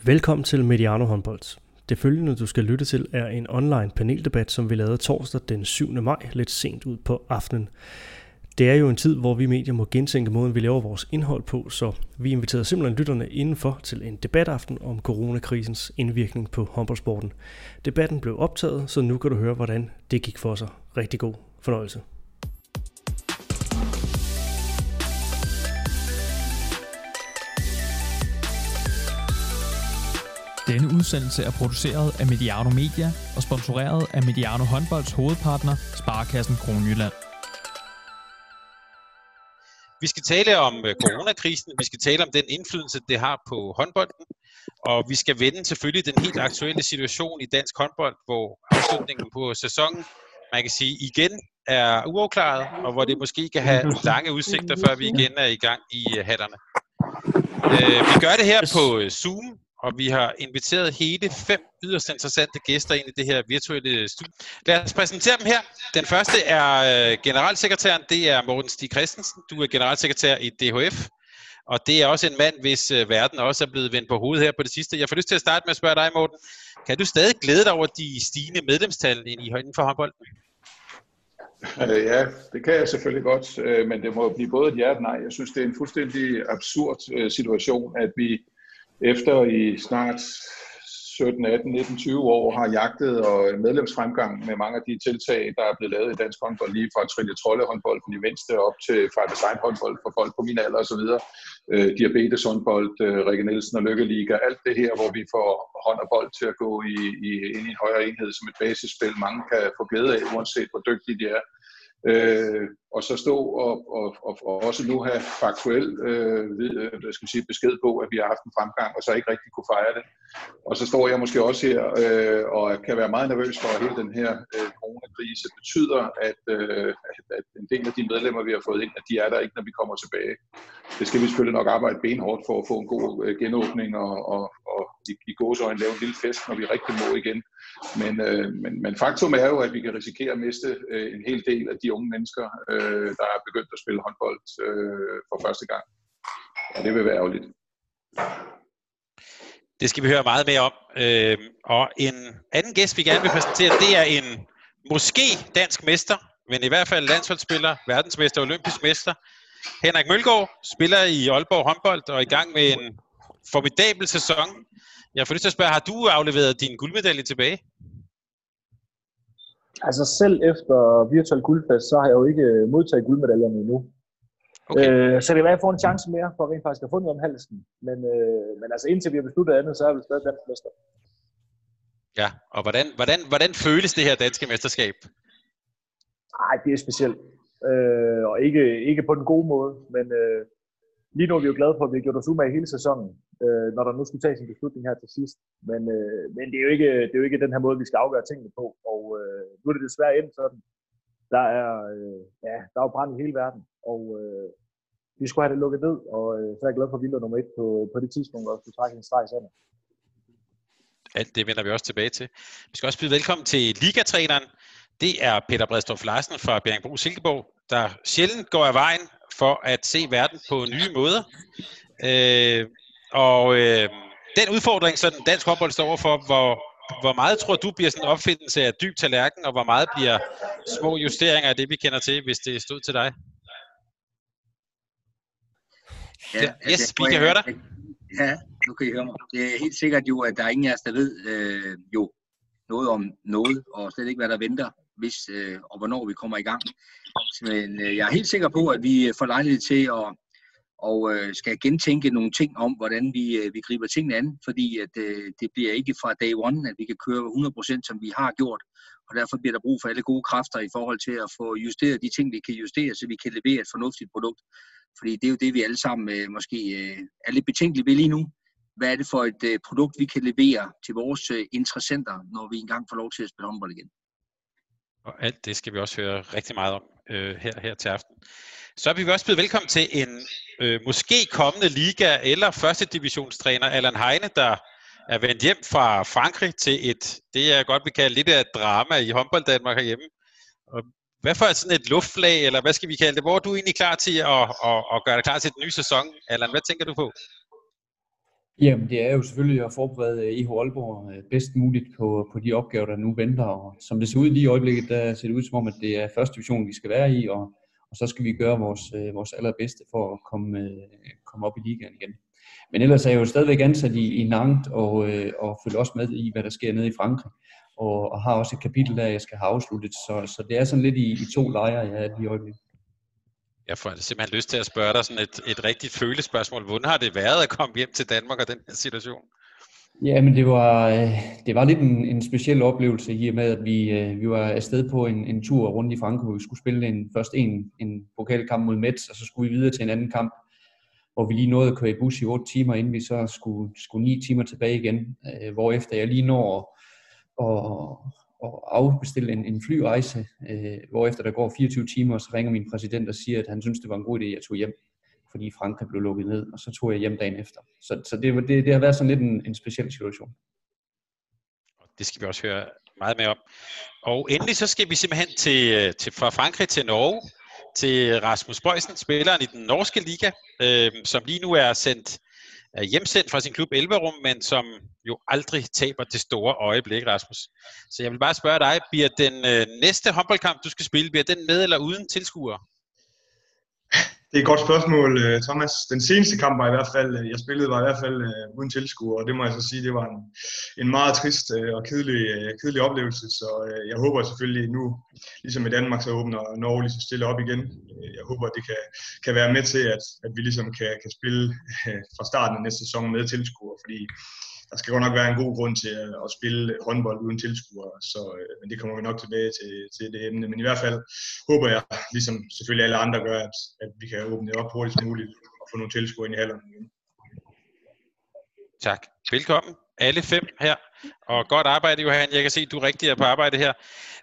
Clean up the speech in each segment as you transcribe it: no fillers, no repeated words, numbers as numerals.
Velkommen til Mediano Håndbold. Det følgende, du skal lytte til, er en online paneldebat, som vi lavede torsdag den 7. maj, lidt sent ud på aftenen. Det er jo en tid, hvor vi medier må gentænke måden, vi laver vores indhold på, så vi inviterede simpelthen lytterne indenfor til en debataften om coronakrisens indvirkning på håndboldsporten. Debatten blev optaget, så nu kan du høre, hvordan det gik for sig. Rigtig god fornøjelse. Denne udsendelse er produceret af Mediano Media og sponsoreret af Mediano Håndbolds hovedpartner, Sparekassen Kronjylland. Vi skal tale om coronakrisen, vi skal tale om den indflydelse, det har på håndbolden, og vi skal vende selvfølgelig den helt aktuelle situation i dansk håndbold, hvor afslutningen på sæsonen, man kan sige, igen er uafklaret, og hvor det måske kan have lange udsigter, før vi igen er i gang i hatterne. Vi gør det her på Zoom, og vi har inviteret hele 5 yderst interessante gæster ind i det her virtuelle studie. Lad os præsentere dem her. Den første er generalsekretæren, det er Morten Stig Christensen. Du er generalsekretær i DHF, og det er også en mand, hvis verden også er blevet vendt på hovedet her på det sidste. Jeg får lyst til at starte med at spørge dig, Morten. Kan du stadig glæde dig over de stigende medlemstal inden for håndbolden? Ja, det kan jeg selvfølgelig godt, men det må blive både et ja og nej. Jeg synes, det er en fuldstændig absurd situation, at vi efter i snart 17, 18, 19, 20 år har jagtet og medlemsfremgang med mange af de tiltag, der er blevet lavet i dansk håndbold, lige fra Trille Trolle-håndbolden i mindste op til fra design-håndbold for folk på min alder osv. Diabetes-håndbold, Rikke Nielsen og Lykkeliga, alt det her, hvor vi får hånd og bold til at gå ind i en højere enhed som et basisspil, mange kan få glæde af, uanset hvor dygtige de er. Og så stå og også nu have faktuel besked på, at vi har haft en fremgang, og så ikke rigtig kunne fejre det. Og så står jeg måske også her og kan være meget nervøs for, at hele den her coronakrise betyder, at en del af de medlemmer, vi har fået ind, at de er der ikke, når vi kommer tilbage. Det skal vi selvfølgelig nok arbejde benhårdt for at få en god genåbning og i gåseøjne lave en lille fest, når vi rigtig må igen. Men faktum er jo, at vi kan risikere at miste en hel del af de unge mennesker, der er begyndt at spille håndbold for første gang. Og det vil være ærgerligt. Det skal vi høre meget mere om. Og en anden gæst, vi gerne vil præsentere, det er en måske dansk mester, men i hvert fald landsholdsspiller, verdensmester og olympisk mester. Henrik Mølgaard spiller i Aalborg håndbold og er i gang med en formidabel sæson. Jeg får lyst til at spørge, har du afleveret din guldmedalje tilbage? Altså selv efter virtuel guldfest, så har jeg jo ikke modtaget guldmedaljerne endnu. Okay. Så det er at jeg får en chance mere for rent faktisk at få noget om halsen. Men altså indtil vi har besluttet andet, så er vi stadig dansk mester. Ja, og hvordan føles det her danske mesterskab? Ej, det er specielt. Og ikke på den gode måde, men lige nu er vi jo glade for, at vi har gjort os umage hele sæsonen, når der nu skulle tages en beslutning her til sidst. Men det er jo ikke den her måde, vi skal afgøre tingene på. Og nu er det desværre endt sådan. Der er jo brand i hele verden, og vi skulle have det lukket ned, og så er jeg glad for, at vi lå nummer 1 på det tidspunkt, og skulle trække en streg sådan. Alt det vender vi også tilbage til. Vi skal også byde velkommen til ligatræneren. Det er Peter Bredstrup Larsen fra Bjerringbro Silkeborg, der sjældent går af vejen for at se verden på nye måder. Den udfordring, så den dansk håndbold står overfor, hvor meget tror du bliver sådan en opfindelse af dyb tallerken, og hvor meget bliver små justeringer af det, vi kender til, hvis det stod til dig? Ja, yes, vi kan høre dig. Ja, nu kan I høre mig. Det er helt sikkert jo, at der er ingen af os, der ved noget om noget, og slet ikke, hvad der venter, hvis og hvornår vi kommer i gang. Men jeg er helt sikker på, at vi får lejlighed til og skal gentænke nogle ting om, hvordan vi griber tingene an, fordi at det bliver ikke fra day one, at vi kan køre 100%, som vi har gjort, og derfor bliver der brug for alle gode kræfter i forhold til at få justeret de ting, vi kan justere, så vi kan levere et fornuftigt produkt. Fordi det er jo det, vi alle sammen måske er lidt betænkelige ved lige nu. Hvad er det for et produkt, vi kan levere til vores interessenter, når vi engang får lov til at spille håndbold igen? Og alt det skal vi også høre rigtig meget om her til aften. Så er vi også blevet velkommen til en måske kommende liga- eller første divisionstræner, Allan Heine, der er vendt hjem fra Frankrig til det er godt, vi kalder lidt af et drama i håndbold Danmark herhjemme. Og hvad for sådan et luftflag, eller hvad skal vi kalde det? Hvor er du egentlig klar til at gøre dig klar til den nye sæson? Allan, hvad tænker du på? Jamen, det er jo selvfølgelig at forberede EH Aalborg bedst muligt på de opgaver, der nu venter. Og som det ser ud lige i øjeblikket, der ser det ud som om, at det er første division, vi skal være i, og så skal vi gøre vores allerbedste for at komme op i ligaen igen. Men ellers er jeg jo stadigvæk ansat i Nantes og følger også med i, hvad der sker nede i Frankrig. Og har også et kapitel, der jeg skal have afsluttet. Så det er sådan lidt i to lejre, jeg er lige i øjeblikket. Jeg får simpelthen lyst til at spørge dig sådan et rigtigt følespørgsmål. Hvordan har det været at komme hjem til Danmark og den her situation? Ja, men det var lidt en speciel oplevelse i og med, at vi var afsted på en tur rundt i Frankrig, hvor vi skulle spille først en pokalkamp mod Metz, og så skulle vi videre til en anden kamp, hvor vi lige nåede at køre i bus i 8 timer, inden vi så skulle 9 timer tilbage igen, hvorefter jeg lige når at afbestille en flyrejse, hvorefter der går 24 timer, og så ringer min præsident og siger, at han synes, det var en god idé, at jeg tog hjem, fordi Frankrig blev lukket ned, og så tog jeg hjem dagen efter. Så det har været sådan lidt en speciel situation. Det skal vi også høre meget mere om. Og endelig så skal vi simpelthen fra Frankrig til Norge, til Rasmus Boysen, spilleren i den norske liga, som lige nu er hjemsendt fra sin klub Elverum, men som jo aldrig taber det store øjeblik, Rasmus. Så jeg vil bare spørge dig, bliver den næste håndboldkamp, du skal spille, bliver den med eller uden tilskuere? Det er et godt spørgsmål, Thomas. Den seneste kamp var i hvert fald, jeg spillede, var i hvert fald uden tilskuere, og det må jeg så sige, det var en meget trist og kedelig oplevelse, så jeg håber selvfølgelig nu, ligesom i Danmark, så åbner Norge ligesom stille op igen. Jeg håber, at det kan være med til, at vi ligesom kan spille fra starten af næste sæson med tilskuere, fordi der skal godt nok være en god grund til at spille håndbold uden tilskuere, men det kommer vi nok tilbage til det emne. Men i hvert fald håber jeg, ligesom selvfølgelig alle andre gør, at vi kan åbne det op hurtigst muligt og få nogle tilskuere ind i hallerne. Tak. Velkommen alle 5 her, og godt arbejde, Johan. Jeg kan se, at du rigtig er på arbejde her.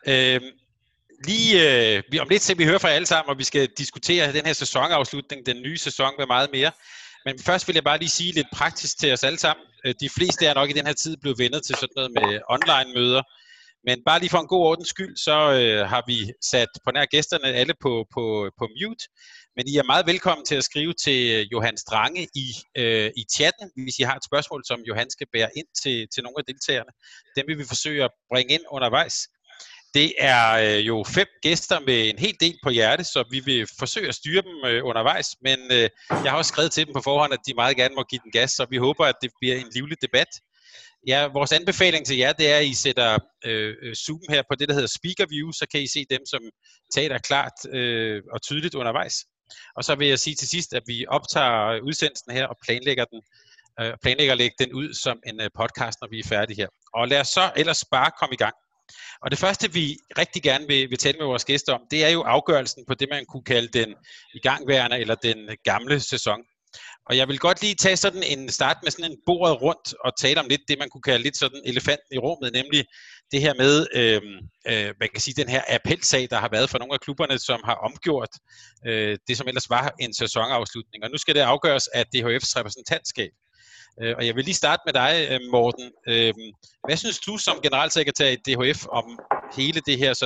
Om lidt til vi hører fra alle sammen, og vi skal diskutere den her sæsonafslutning, den nye sæson med meget mere. Men først vil jeg bare lige sige lidt praktisk til os alle sammen. De fleste er nok i den her tid blevet vendet til sådan noget med online-møder. Men bare lige for en god ordens skyld, så har vi sat på nær gæsterne alle på mute. Men I er meget velkommen til at skrive til Johan Strange i chatten, hvis I har et spørgsmål, som Johan skal bære ind til nogle af deltagerne. Dem vil vi forsøge at bringe ind undervejs. Det er jo 5 gæster med en hel del på hjerte, så vi vil forsøge at styre dem undervejs, men jeg har også skrevet til dem på forhånd, at de meget gerne må give den gas, så vi håber, at det bliver en livlig debat. Ja, vores anbefaling til jer, det er, at I sætter Zoom her på det, der hedder Speaker View, så kan I se dem, som taler klart og tydeligt undervejs. Og så vil jeg sige til sidst, at vi optager udsendelsen her og planlægger at lægge den ud som en podcast, når vi er færdige her. Og lad os så ellers bare komme i gang. Og det første, vi rigtig gerne vil tale med vores gæster om, det er jo afgørelsen på det, man kunne kalde den igangværende eller den gamle sæson. Og jeg vil godt lige tage sådan start med sådan en bordet rundt og tale om lidt det, man kunne kalde lidt sådan elefanten i rummet, nemlig det her med, man kan sige, den her appelsag, der har været for nogle af klubberne, som har omgjort det, som ellers var en sæsonafslutning. Og nu skal det afgøres af DHF's repræsentantskab. Og jeg vil lige starte med dig, Morten. Hvad synes du som generalsekretær i DHF om hele det her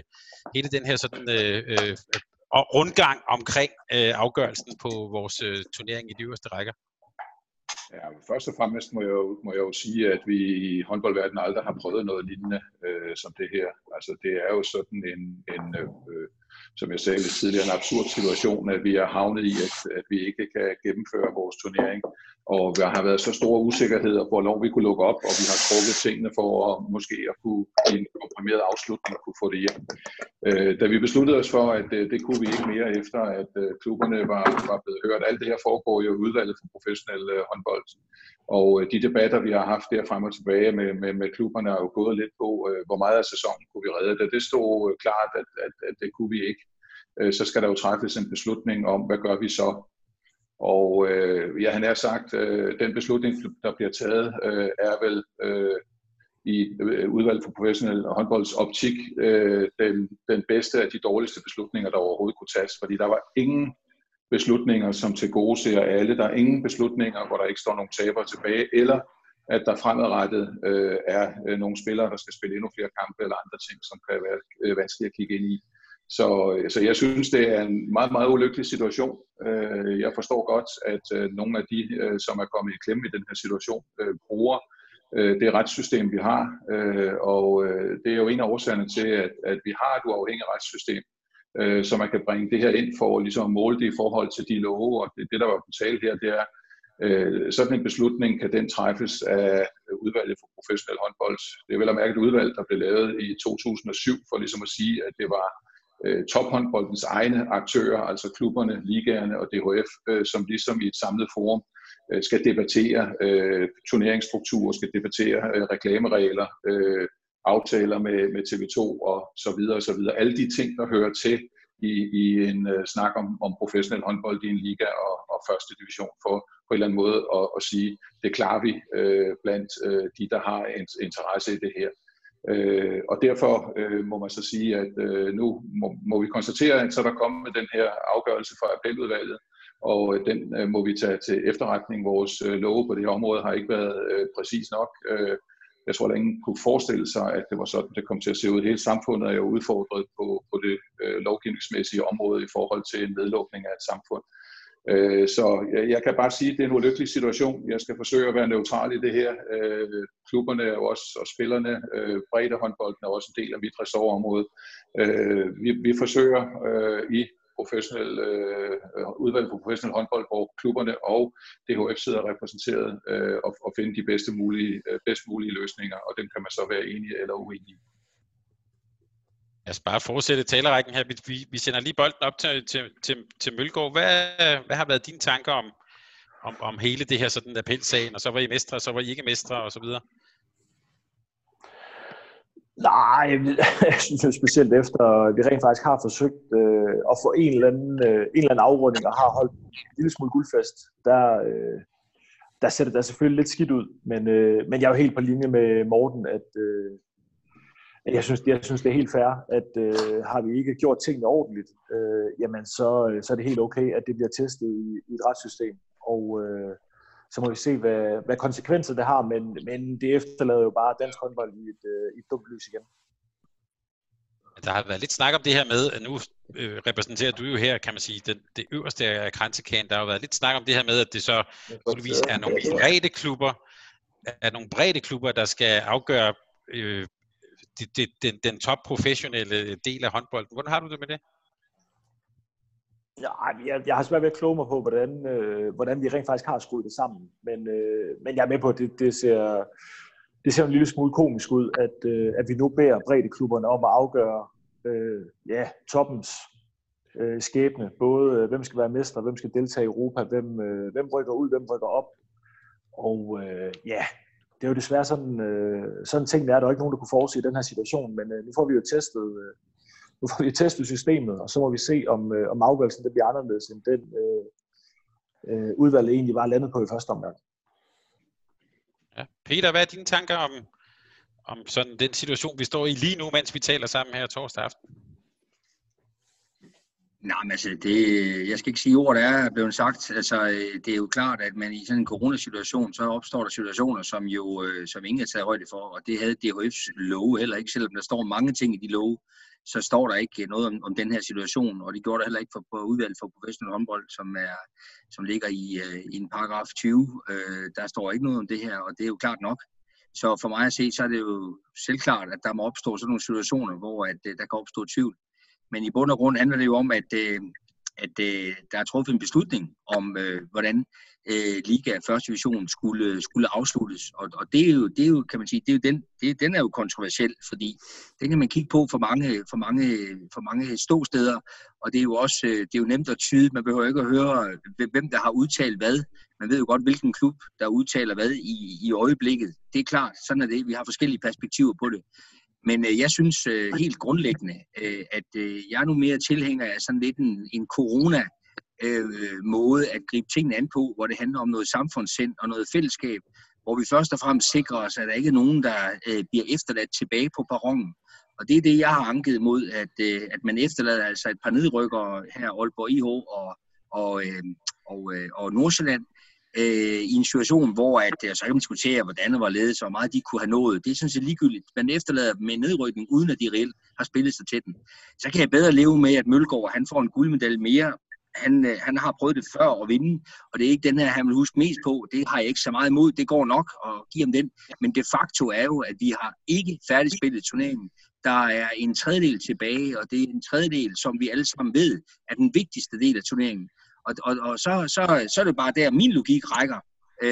rundgang omkring afgørelsen på vores turnering i de øverste rækker? Ja, først og fremmest må jeg jo sige, at vi i håndboldverdenen aldrig har prøvet noget lignende som det her. Altså det er jo sådan som jeg sagde lidt tidligere, en absurd situation, at vi er havnet i, at vi ikke kan gennemføre vores turnering. Og der har været så store usikkerheder på, hvornår vi kunne lukke op, og vi har trukket tingene for at måske at kunne i en komprimeret afslutning kunne få det hjem. Da vi besluttede os for, at det kunne vi ikke mere efter, at klubberne var blevet hørt. Alt det her foregår jo i udvalget for professionel håndbold. Og de debatter, vi har haft der frem og tilbage med klubberne, er jo gået lidt på, hvor meget af sæsonen kunne vi redde. Da det stod klart, at det kunne vi ikke, så skal der jo træffes en beslutning om, hvad gør vi så? Og jeg har nær sagt, den beslutning, der bliver taget, er vel i udvalget for professionel håndbolds optik den bedste af de dårligste beslutninger, der overhovedet kunne tages, fordi der var ingen beslutninger, som tilgodeser alle. Der er ingen beslutninger, hvor der ikke står nogen tabere tilbage, eller at der fremadrettet er nogle spillere, der skal spille endnu flere kampe eller andre ting, som kan være vanskeligt at kigge ind i. Så jeg synes, det er en meget, meget ulykkelig situation. Jeg forstår godt, at nogle af de, som er kommet i klemme i den her situation, bruger det retssystem, vi har. Og det er jo en af årsagerne til, at vi har et uafhængigt retssystem, så man kan bringe det her ind for ligesom at måle det i forhold til de love. Og det der var på tale her, det er, sådan en beslutning kan den træffes af udvalget for professionel håndbold. Det er vel at mærke et udvalg, der blev lavet i 2007, for ligesom at sige, at det var tophåndboldens egne aktører, altså klubberne, ligaerne og DHF, som ligesom i et samlet forum skal debattere turneringsstrukturer, skal debattere reklameregler, aftaler med TV2 og så videre og så videre. Alle de ting, der hører til i en snak om professionel håndbold i en liga og første division, for på en eller anden måde at sige, det klarer vi blandt de, der har interesse i det her. Og derfor må man så sige, at nu må vi konstatere, at så er der kommet den her afgørelse fra appeludvalget, og den må vi tage til efterretning. Vores love på det her område har ikke været præcis nok. Jeg tror, at ingen kunne forestille sig, at det var sådan, det kom til at se ud. Hele samfundet er jo udfordret på det lovgivningsmæssige område i forhold til en nedlukning af et samfund. Så jeg kan bare sige, at det er en ulykkelig situation. Jeg skal forsøge at være neutral i det her. Klubberne er jo også, og spillerne, breddehåndbolden er også en del af mit ressortområde. Vi forsøger i udvalg på professionel håndbold, hvor klubberne og DHF sidder repræsenteret og finde de bedst mulige løsninger, og dem kan man så være enige eller uenige i. Lad os bare fortsætte talerrækken her. Vi sender lige bolden op til Mølgaard. Hvad har været dine tanker om hele det her sådan appelsagen, og så var I mestre, og så var I ikke mestre, og så videre? Nej, jeg synes jo specielt efter, at vi rent faktisk har forsøgt at få en eller anden afrunding, og har holdt en lille smule guldfest, der ser det da selvfølgelig lidt skidt ud. Men jeg er jo helt på linje med Morten, at jeg synes, det er helt fair, at har vi ikke gjort tingene ordentligt, jamen så er det helt okay, at det bliver testet i et retssystem. Og så må vi se, hvad konsekvenser det har, men det efterlader jo bare dansk håndbold i et dumt lys igen. Der har været lidt snak om det her med, at nu repræsenterer du jo her, kan man sige, det øverste af kransekagen. Der har jo været lidt snak om det her med, at det så muligvis er nogle brede klubber, der skal afgøre den topprofessionelle del af håndbolden. Hvordan har du det med det? Ja, jeg har svært ved at kloge mig på, hvordan vi rent faktisk har skruet det sammen. Men jeg er med på, at det ser en lille smule komisk ud, at vi nu beder breddeklubberne om at afgøre toppens skæbne. Både hvem skal være mestre, hvem skal deltage i Europa, hvem rykker ud, hvem rykker op. Og det er jo desværre sådan ting, der er der ikke nogen, der kunne forudse i den her situation. Men nu får vi jo testet systemet, og så må vi se, om afgørelsen det bliver anderledes, end den udvalget egentlig var landet på i første omgang. Ja. Peter, hvad er dine tanker om sådan den situation, vi står i lige nu, mens vi taler sammen her torsdag aften? Nej, men altså, jeg skal ikke sige ord, der er blevet sagt. Altså, det er jo klart, at man i sådan en coronasituation, så opstår der situationer, som ingen har taget højde for, og det havde DHF's love heller ikke, selvom der står mange ting i de love, så står der ikke noget om den her situation, og det gjorde der heller ikke på udvalget for professionel håndbold, som ligger i en paragraf 20. Der står ikke noget om det her, og det er jo klart nok. Så for mig at se, så er det jo selvklart, at der må opstå sådan nogle situationer, hvor der kan opstå tvivl. Men i bund og grund handler det jo om, at der er truffet en beslutning om, hvordan Liga 1. division skulle afsluttes. Og det er jo, kan man sige, den er jo kontroversiel, fordi den kan man kigge på for mange ståsteder, og det er jo også det er jo nemt at tyde. Man behøver ikke at høre, hvem der har udtalt hvad. Man ved jo godt, hvilken klub, der udtaler hvad i øjeblikket. Det er klart, sådan er det. Vi har forskellige perspektiver på det. Men jeg synes helt grundlæggende, at jeg er nu mere tilhænger af sådan lidt en corona-måde at gribe tingene an på, hvor det handler om noget samfundssind og noget fællesskab, hvor vi først og fremmest sikrer os, at der ikke er nogen, der bliver efterladt tilbage på perronen. Og det er det, jeg har anket mod, at man efterlader altså et par nedrykkere her, Aalborg IH og Nordsjælland, i en situation, hvor så kan man diskutere, hvordan det var ledet, så meget de kunne have nået. Det synes jeg ligegyldigt. Man efterlader med nedrykning, uden at de reelt har spillet sig til den. Så kan jeg bedre leve med, at Mølgaard, han får en guldmedalje mere. Han har prøvet det før at vinde, og det er ikke den her, han vil huske mest på. Det har jeg ikke så meget imod. Det går nok at give ham den. Men de facto er jo, at vi har ikke færdigspillet turneringen. Der er en tredjedel tilbage, og det er en tredjedel, som vi alle sammen ved, er den vigtigste del af turneringen. Og så er det bare der, min logik rækker.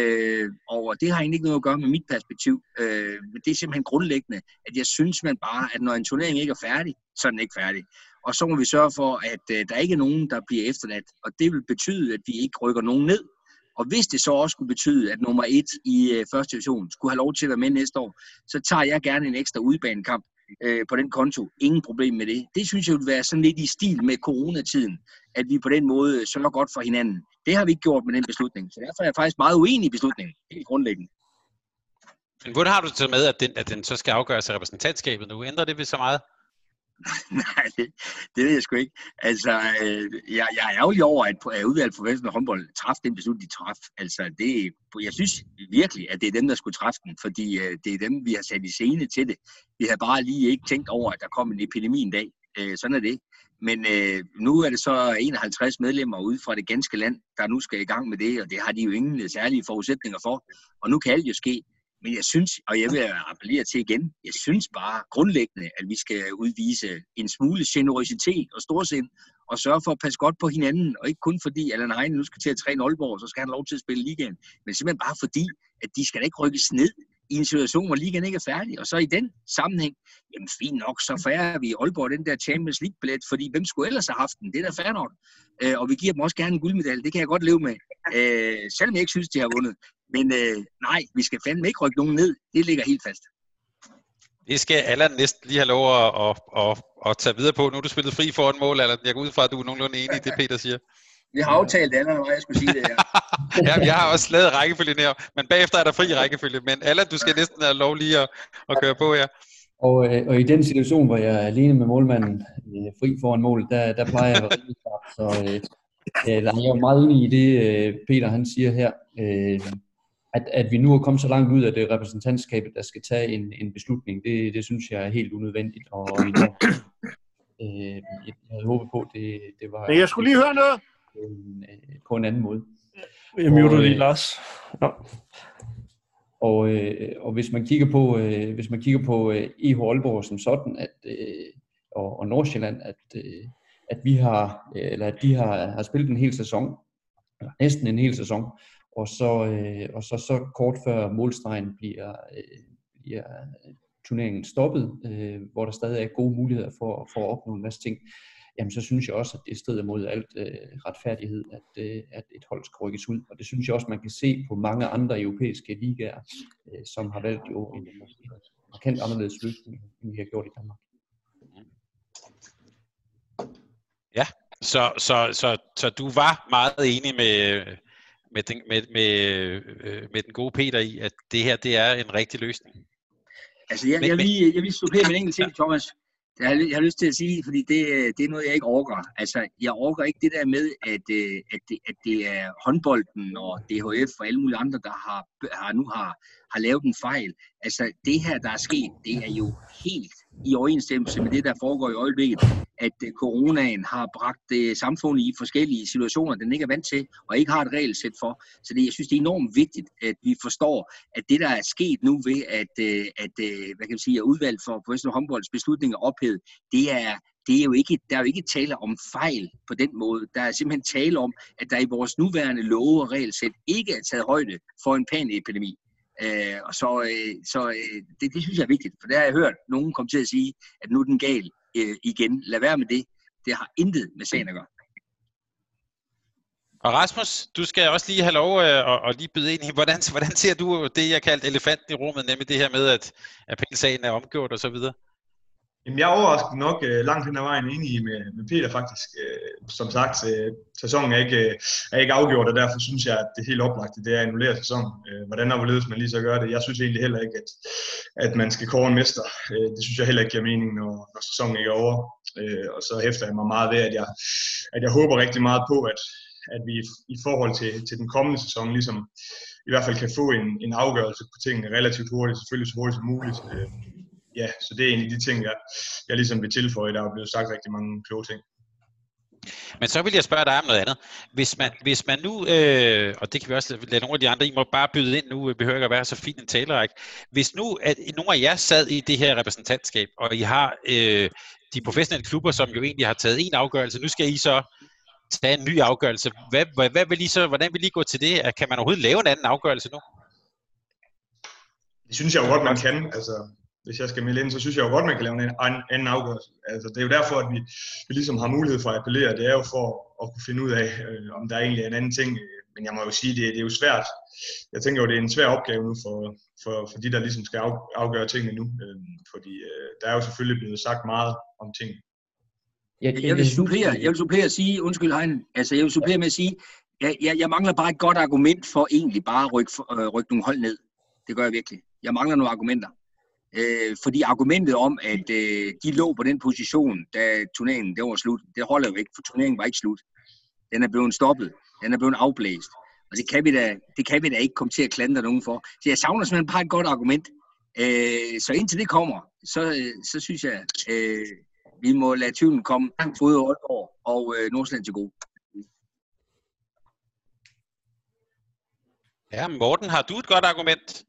Og det har egentlig ikke noget at gøre med mit perspektiv. Men det er simpelthen grundlæggende, at jeg synes man bare, at når en turnering ikke er færdig, så er den ikke færdig. Og så må vi sørge for, at der ikke er nogen, der bliver efterladt. Og det vil betyde, at vi ikke rykker nogen ned. Og hvis det så også skulle betyde, at nummer 1 i første division skulle have lov til at være med næste år, så tager jeg gerne en ekstra udebanekamp på den konto. Ingen problem med det. Det synes jeg vil være sådan lidt i stil med coronatiden, at vi på den måde sørger godt for hinanden. Det har vi ikke gjort med den beslutning. Så derfor er jeg faktisk meget uenig i beslutningen. Helt grundlæggende. Men hvordan har du taget med, at den så skal afgøres af repræsentantskabet nu? Ændrer det ved så meget? Nej, det ved jeg sgu ikke. Altså, jeg er ærgerlig over, at udvalget for professionel håndbold træffede den beslutning, de traf. Altså, jeg synes virkelig, at det er dem, der skulle træffe den, fordi det er dem, vi har sat i scene til det. Vi har bare lige ikke tænkt over, at der kom en epidemi en dag. Sådan er det. Men nu er det så 51 medlemmer ude fra det ganske land, der nu skal i gang med det, og det har de jo ingen særlige forudsætninger for. Og nu kan alt jo ske. Men jeg synes, og jeg vil appellere til igen, jeg synes bare grundlæggende, at vi skal udvise en smule generøsitet og storsind, og sørge for at passe godt på hinanden, og ikke kun fordi Allan Heine nu skal til at træne Aalborg, så skal han have lov til at spille ligaen, men simpelthen bare fordi, at de skal da ikke rykkes ned i en situation, hvor ligaen ikke er færdig. Og så i den sammenhæng, jamen fint nok, så færger vi Aalborg den der Champions League-billet, fordi hvem skulle ellers have haft den? Det er da fair nok. Og vi giver dem også gerne en guldmedalje, det kan jeg godt leve med, selvom jeg ikke synes, de har vundet. Men nej, vi skal fandme ikke rykke nogen ned. Det ligger helt fast. Det skal Allan næsten lige have lov at tage videre på. Nu er du spillet fri foran mål, Allan. Jeg går ud fra, at du er nogenlunde enig i det, Peter siger. Vi har aftalt Allan, og jeg skulle sige det her. Ja, jeg har også lavet rækkefølgen her, men bagefter er der fri rækkefølge. Men Allan, du skal næsten have lov lige at køre på her. Og i den situation, hvor jeg er alene med målmanden fri foran mål, der plejer jeg at være rigtig skarp. Så jeg er meget enig i det, Peter han siger her. At vi nu er kommet så langt ud af det repræsentantskabet, der skal tage en beslutning, det synes jeg er helt unødvendigt. Og jeg havde håbet på, det var... Men jeg skulle lige høre noget! På en anden måde. Jeg muter lige, Lars. Ja. Og hvis man kigger på EH Aalborg som sådan, og Nordsjælland, at vi har, eller at de har spillet en hel sæson, eller næsten en hel sæson, og så kort før målstregen bliver turneringen stoppet, hvor der stadig er gode muligheder for at opnå en masse ting, jamen så synes jeg også, at det strider mod alt retfærdighed, at et hold skal rykkes ud. Og det synes jeg også, man kan se på mange andre europæiske ligaer, som har valgt jo en markant anderledes løsning, end vi har gjort i Danmark. Ja, så du var meget enig med den gode Peter i, at det her, det er en rigtig løsning. Altså, jeg vil supplere med en enkelt ting, Thomas. Jeg har lyst til at sige, fordi det er noget, jeg ikke orker. Altså, jeg orker ikke det der med, at det er håndbolden og DHF og alle mulige andre, der nu har lavet en fejl. Altså, det her, der er sket, det er jo helt i overensstemmelse med det, der foregår i øjeblikket, at coronaen har bragt samfundet i forskellige situationer, den ikke er vant til, og ikke har et regelsæt for. Så jeg synes, det er enormt vigtigt, at vi forstår, at det, der er sket nu ved, at hvad kan man sige, udvalg for professionel håndbolds beslutninger ophævet, der er jo ikke tale om fejl på den måde. Der er simpelthen tale om, at der i vores nuværende love og regelsæt ikke er taget højde for en pandemi. Det synes jeg er vigtigt, for der har jeg hørt nogen komme til at sige, at nu er den gal igen. Lad være med det. Det har intet med sagen at gøre. Og Rasmus, du skal også lige have lov at lige byde ind i, hvordan ser du det, jeg kaldte elefanten i rummet, nemlig det her med, at appelsagen er omgjort og så videre? Jamen, jeg er overrasket nok langt hen ad vejen enig med Peter faktisk. Som sagt, sæsonen er ikke afgjort, og derfor synes jeg, at det helt oplagte, det er at annullere sæsonen. Hvordan og hvorledes man lige så gør det. Jeg synes egentlig heller ikke, at man skal kåre en mester. Det synes jeg heller ikke giver mening, når sæsonen ikke er over. Og så hæfter jeg mig meget ved, at jeg håber rigtig meget på, at vi i forhold til den kommende sæson ligesom i hvert fald kan få en afgørelse på tingene relativt hurtigt, selvfølgelig så hurtigt som muligt. Ja, så det er en af de ting, jeg ligesom vil tilføje. Der er blevet sagt rigtig mange kloge ting. Men så vil jeg spørge dig om noget andet. Hvis man nu, og det kan vi også lade nogle af de andre, I må bare byde ind nu, vi behøver ikke at være så fin en talerække. Hvis nu, at nogle af jer sad i det her repræsentantskab, og I har de professionelle klubber, som jo egentlig har taget en afgørelse, nu skal I så tage en ny afgørelse. Hvordan vil I gå til det? Kan man overhovedet lave en anden afgørelse nu? Det synes jeg jo godt, man kan. Altså, hvis jeg skal melde ind, så synes jeg jo godt, man kan lave en anden afgørelse. Altså, det er jo derfor, at vi ligesom har mulighed for at appellere. Det er jo for at kunne finde ud af, om der egentlig er en anden ting. Men jeg må jo sige, det er jo svært. Jeg tænker jo, det er en svær opgave nu for de, der ligesom skal afgøre tingene nu. Fordi der er jo selvfølgelig blevet sagt meget om tingene. Jeg vil supplere at sige, undskyld Hein, altså jeg vil supplere med at sige, jeg mangler bare et godt argument for egentlig bare at rykke nogle hold ned. Det gør jeg virkelig. Jeg mangler nogle argumenter. Fordi argumentet om, at de lå på den position, da turneringen det var slut, det holder jo ikke, for turneringen var ikke slut. Den er blevet stoppet. Den er blevet afblæst. Og det kan vi da ikke komme til at klandre nogen for. Så jeg savner simpelthen bare et godt argument. Så indtil det kommer, så synes jeg, vi må lade tvivlen komme ud af Aalborg og Nordsjælland til gode. Ja, Morten, har du et godt argument?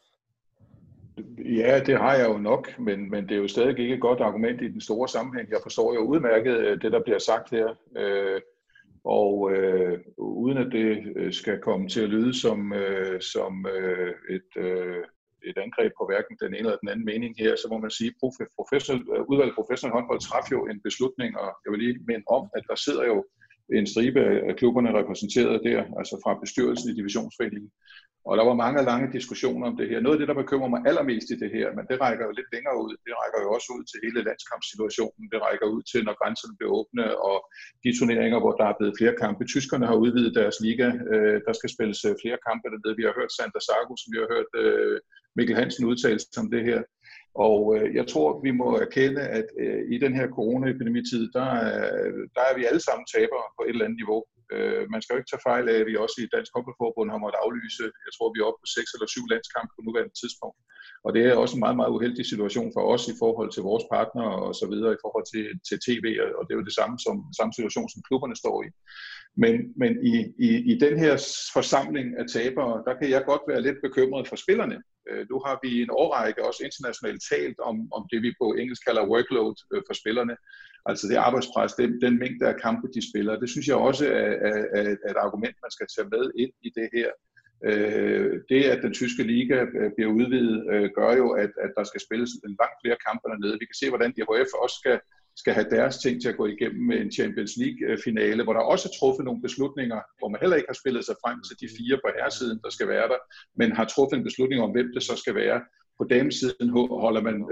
Ja, det har jeg jo nok, men det er jo stadig ikke et godt argument i den store sammenhæng. Jeg forstår jo udmærket det, der bliver sagt her, og uden at det skal komme til at lyde som et angreb på hverken den ene eller den anden mening her, så må man sige, udvalget professionel håndbold træffer jo en beslutning, og jeg vil lige minde om, at der sidder jo en stribe af klubberne repræsenteret der, altså fra bestyrelsen i divisionsforeningen. Og der var mange lange diskussioner om det her. Noget af det, der bekymrer mig allermest i det her, men det rækker jo lidt længere ud. Det rækker jo også ud til hele landskampssituationen. Det rækker ud til, når grænserne bliver åbne, og de turneringer, hvor der er blevet flere kampe. Tyskerne har udvidet deres liga. Der skal spilles flere kampe dernede. Vi har hørt Sander Sargo, som vi har hørt Mikkel Hansen udtale sig om det her. Og jeg tror, vi må erkende, at i den her coronaepidemitid, der er vi alle sammen tabere på et eller andet niveau. Man skal jo ikke tage fejl af, at vi også i Dansk Håndboldforbund har måttet aflyse, jeg tror, vi er oppe på 6 eller 7 landskampe på nuværende tidspunkt. Og det er også en meget, meget uheldig situation for os i forhold til vores partnere og så videre, i forhold til tv, og det er jo det samme situation, som klubberne står i. Men i den her forsamling af tabere, der kan jeg godt være lidt bekymret for spillerne. Nu har vi en årrække også internationalt talt om det, vi på engelsk kalder workload for spillerne. Altså det arbejdspres, den mængde af kampe, de spiller. Det synes jeg også er et argument, man skal tage med ind i det her. Det, at den tyske liga bliver udvidet, gør jo, at der skal spilles langt flere kampe dernede. Vi kan se, hvordan IHF også skal have deres ting til at gå igennem med en Champions League-finale, hvor der også er truffet nogle beslutninger, hvor man heller ikke har spillet sig frem til de 4 på herresiden, der skal være der, men har truffet en beslutning om, hvem det så skal være. På damesiden holder man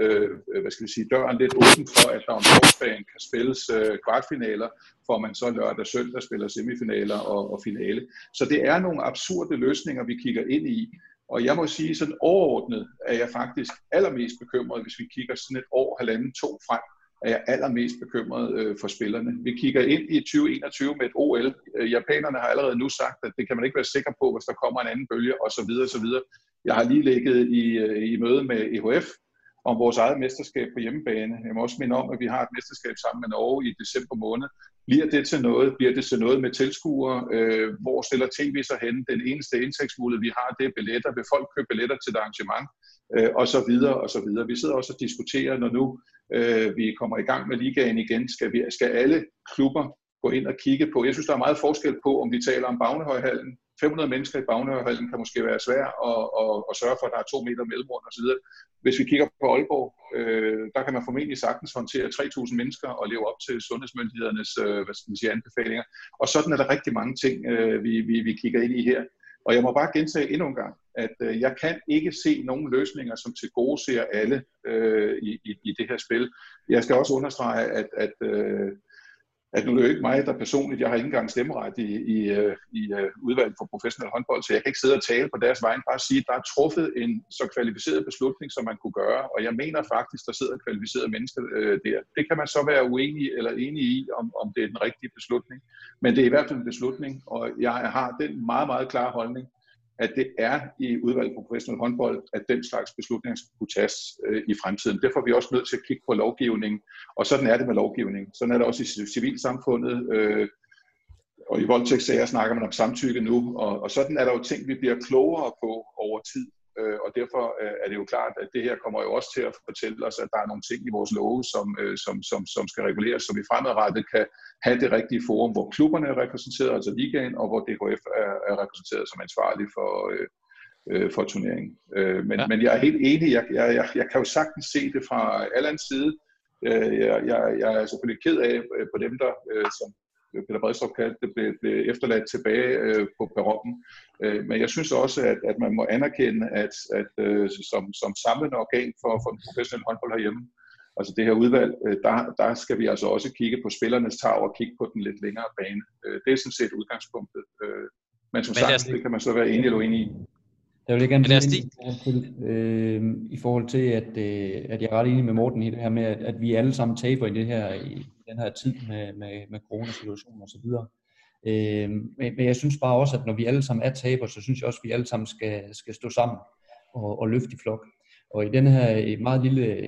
døren lidt åben for, at der om torsdagen kan spilles kvartfinaler, for man så lørdag og søndag spiller semifinaler og finale. Så det er nogle absurde løsninger, vi kigger ind i. Og jeg må sige, sådan overordnet er jeg faktisk allermest bekymret, hvis vi kigger sådan et år, 1,5-2 frem, er jeg allermest bekymret for spillerne. Vi kigger ind i 2021 med et OL. Japanerne har allerede nu sagt, at det kan man ikke være sikker på, hvis der kommer en anden bølge, osv. Jeg har lige ligget i møde med EHF om vores eget mesterskab på hjemmebane. Jeg må også minde om, at vi har et mesterskab sammen med Norge i december måned. Bliver det til noget med tilskuere? Hvor stiller TV sig hen? Den eneste indtægtsmulighed, vi har, det er billetter. Vil folk købe billetter til et arrangement? Og så videre, og så videre. Vi sidder også og diskuterer, når nu vi kommer i gang med ligaen igen, skal alle klubber gå ind og kigge på. Jeg synes, der er meget forskel på, om vi taler om Bagnehøjhallen. 500 mennesker i Bagnehøjhallen kan måske være svært at sørge for, at der er 2 meter mellemrum og så videre. Hvis vi kigger på Aalborg, der kan man formentlig sagtens håndtere 3.000 mennesker og leve op til sundhedsmyndighedernes anbefalinger. Og sådan er der rigtig mange ting, vi kigger ind i her. Og jeg må bare gentage endnu en gang, at jeg kan ikke se nogen løsninger, som tilgodeser alle i det her spil. Jeg skal også understrege, at at nu er det jo ikke mig, der personligt, jeg har ikke engang stemmeret i udvalget for professionel håndbold, så jeg kan ikke sidde og tale på deres vegne, bare sige, at der er truffet en så kvalificeret beslutning, som man kunne gøre, og jeg mener faktisk, der sidder kvalificerede mennesker der. Det kan man så være uenig eller enig i, om det er den rigtige beslutning, men det er i hvert fald en beslutning, og jeg har den meget, meget klare holdning, at det er i udvalget for professionel håndbold, at den slags beslutninger skal kunne tages i fremtiden. Derfor er vi også nødt til at kigge på lovgivningen, og sådan er det med lovgivning. Sådan er det også i civilsamfundet, og i voldtægtssager snakker man om samtykke nu, og sådan er der jo ting, vi bliver klogere på over tid. Og derfor er det jo klart, at det her kommer jo også til at fortælle os, at der er nogle ting i vores love, som skal reguleres, så vi fremadrettet kan have det rigtige forum, hvor klubberne er repræsenteret, altså ligaen, og hvor DHF er repræsenteret som ansvarlig for turneringen. Men jeg er helt enig, jeg kan jo sagtens se det fra Allans side. Jeg er selvfølgelig ked af på dem, der som Peter Bredstrup kaldte det, blev efterladt tilbage på perronen. Men jeg synes også, at man må anerkende, at som samlende organ for den professionelle håndbold herhjemme, altså det her udvalg, der skal vi altså også kigge på spillernes tag og kigge på den lidt længere bane. Det er sådan set udgangspunktet. Men som sagt, det kan man så være enig eller uenig i. Jeg vil gerne i forhold til, at jeg er ret enig med Morten i det her med, at vi alle sammen taber i den her tid med coronasituationen og så videre. Men jeg synes bare også, at når vi alle sammen er taber, så synes jeg også, at vi alle sammen skal stå sammen og løfte i flok. Og i den her meget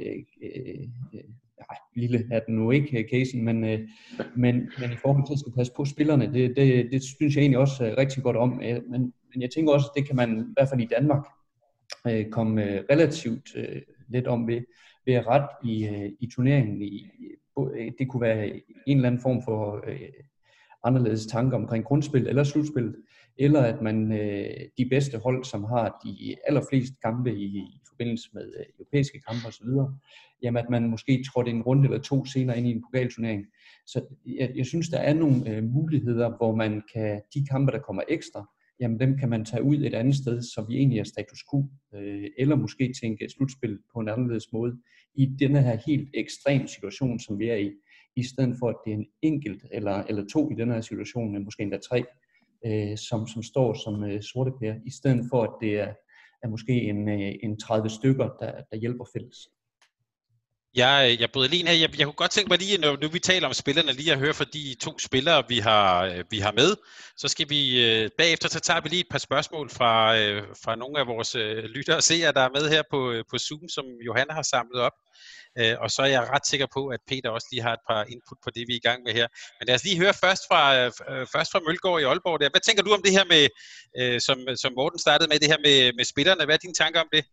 lille er den nu ikke casen, men i forhold til at skal passe på spillerne, det synes jeg egentlig også rigtig godt om. Men jeg tænker også, at det kan man i hvert fald i Danmark komme relativt let om ved at rette i turneringen. Det kunne være en eller anden form for anderledes tanker omkring grundspil eller slutspil, eller at man de bedste hold, som har de allerfleste kampe i forbindelse med europæiske kampe osv., jamen at man måske trådte en runde eller to senere ind i en pokalturnering. Så jeg synes, der er nogle muligheder, hvor man kan, de kampe, der kommer ekstra, jamen dem kan man tage ud et andet sted, så vi egentlig er status quo, eller måske tænke slutspil på en anderledes måde, i denne her helt ekstrem situation, som vi er i stedet for, at det er en enkelt eller to i denne her situation, men måske endda tre, som står som sorte pærer, i stedet for, at det er måske en 30 stykker, der hjælper fælles. Jeg bryder lige her. Jeg kunne godt tænke mig lige, når nu vi taler om spillerne, lige at høre fra de to spillere, vi har med. Så skal vi bagefter, så tager vi lige et par spørgsmål fra nogle af vores lyttere og seere, der er med her på Zoom, som Johanna har samlet op. Og så er jeg ret sikker på, at Peter også lige har et par input på det, vi er i gang med her. Men lad os lige høre først fra Mølgaard i Aalborg. Der. Hvad tænker du om det her med, som Morten startede med, det her med spillerne? Hvad er dine tanker om det?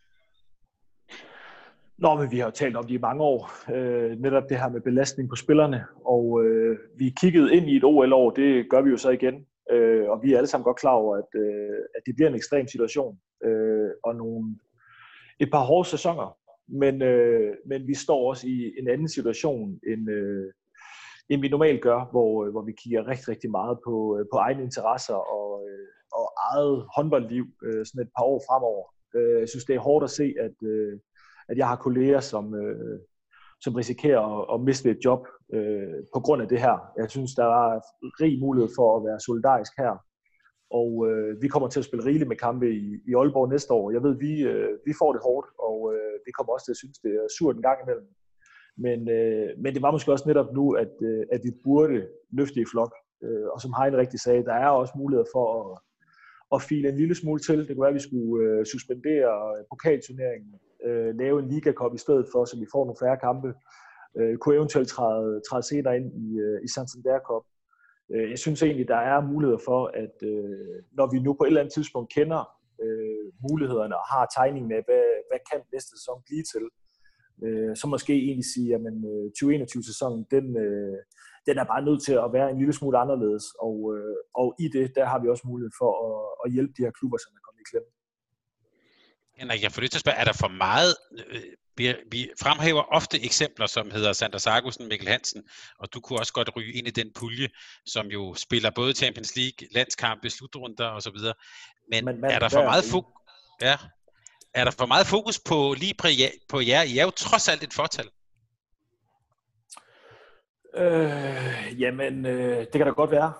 Men vi har jo talt om det i mange år, netop det her med belastning på spillerne, og vi kiggede ind i et OL-år, det gør vi jo så igen, og vi er alle sammen godt klar over, at det bliver en ekstrem situation, og et par hårde sæsoner, men vi står også i en anden situation, end vi normalt gør, hvor vi kigger rigtig, rigtig meget på egne interesser og eget håndboldliv sådan et par år fremover. Jeg synes, det er hårdt at se, at jeg har kolleger, som risikerer at miste et job på grund af det her. Jeg synes, der er rig mulighed for at være solidarisk her. Og vi kommer til at spille rigeligt med kampe i Aalborg næste år. Jeg ved, vi får det hårdt, og vi kommer også til at synes, det er surt en gang imellem. Men det var måske også netop nu, at vi burde løfte i flok. Og som Heine rigtig sagde, der er også mulighed for at file en lille smule til. Det kunne være, at vi skulle suspendere pokalturneringen, lave en Liga-cup i stedet for, så vi får nogle færre kampe. Kunne eventuelt træde senere ind i Santander Cup. Jeg synes egentlig, der er muligheder for, at når vi nu på et eller andet tidspunkt kender mulighederne og har tegningen af, hvad kan næste sæson blive til, så måske egentlig sige, at 2021-sæsonen, den er bare nødt til at være en lille smule anderledes. Og i det, der har vi også mulighed for at hjælpe de her klubber, som er kommet i klemme. Henrik, jeg får lyst til at spørge, er der for meget? Vi fremhæver ofte eksempler, som hedder Sander Sargussen, Mikkel Hansen, og du kunne også godt ryge ind i den pulje, som jo spiller både Champions League, landskampe, slutrunder osv. Men er der for meget fokus? Ja. Er der for meget fokus på lige på jer? I er jo trods alt et fortal. Det kan da godt være,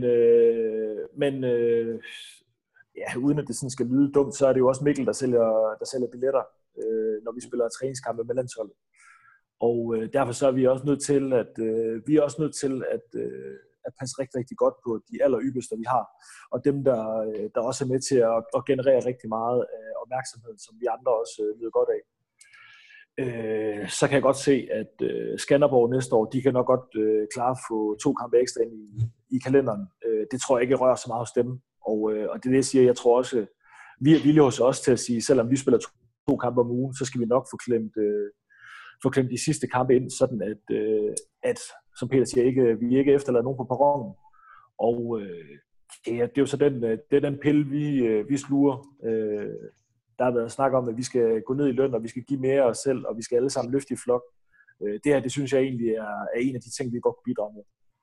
men uden at det sådan skal lyde dumt, så er det jo også Mikkel, der sælger billetter, når vi spiller træningskampe med landsholdet. Og derfor så er vi også nødt til at passe rigtig, rigtig godt på de allerypperste, vi har, og dem, der også er med til at generere rigtig meget opmærksomhed, som vi andre også nyder godt af. Så kan jeg godt se, at Skanderborg næste år, de kan nok godt klare at få 2 kampe ekstra ind i kalenderen. Det tror jeg ikke rører så meget hos dem, og det er det, jeg siger. Jeg tror også, vi er villige hos os til at sige, selvom vi spiller 2 kampe om ugen, så skal vi nok få klemt de sidste kampe ind, sådan at som Peter siger, vi ikke efterlader nogen på perronen. Og det er jo så den pille, vi sluger. Der har været snak om, at vi skal gå ned i løn, og vi skal give mere os selv, og vi skal alle sammen løfte i flok. Det her, det synes jeg egentlig er en af de ting, vi godt kan bidrage med.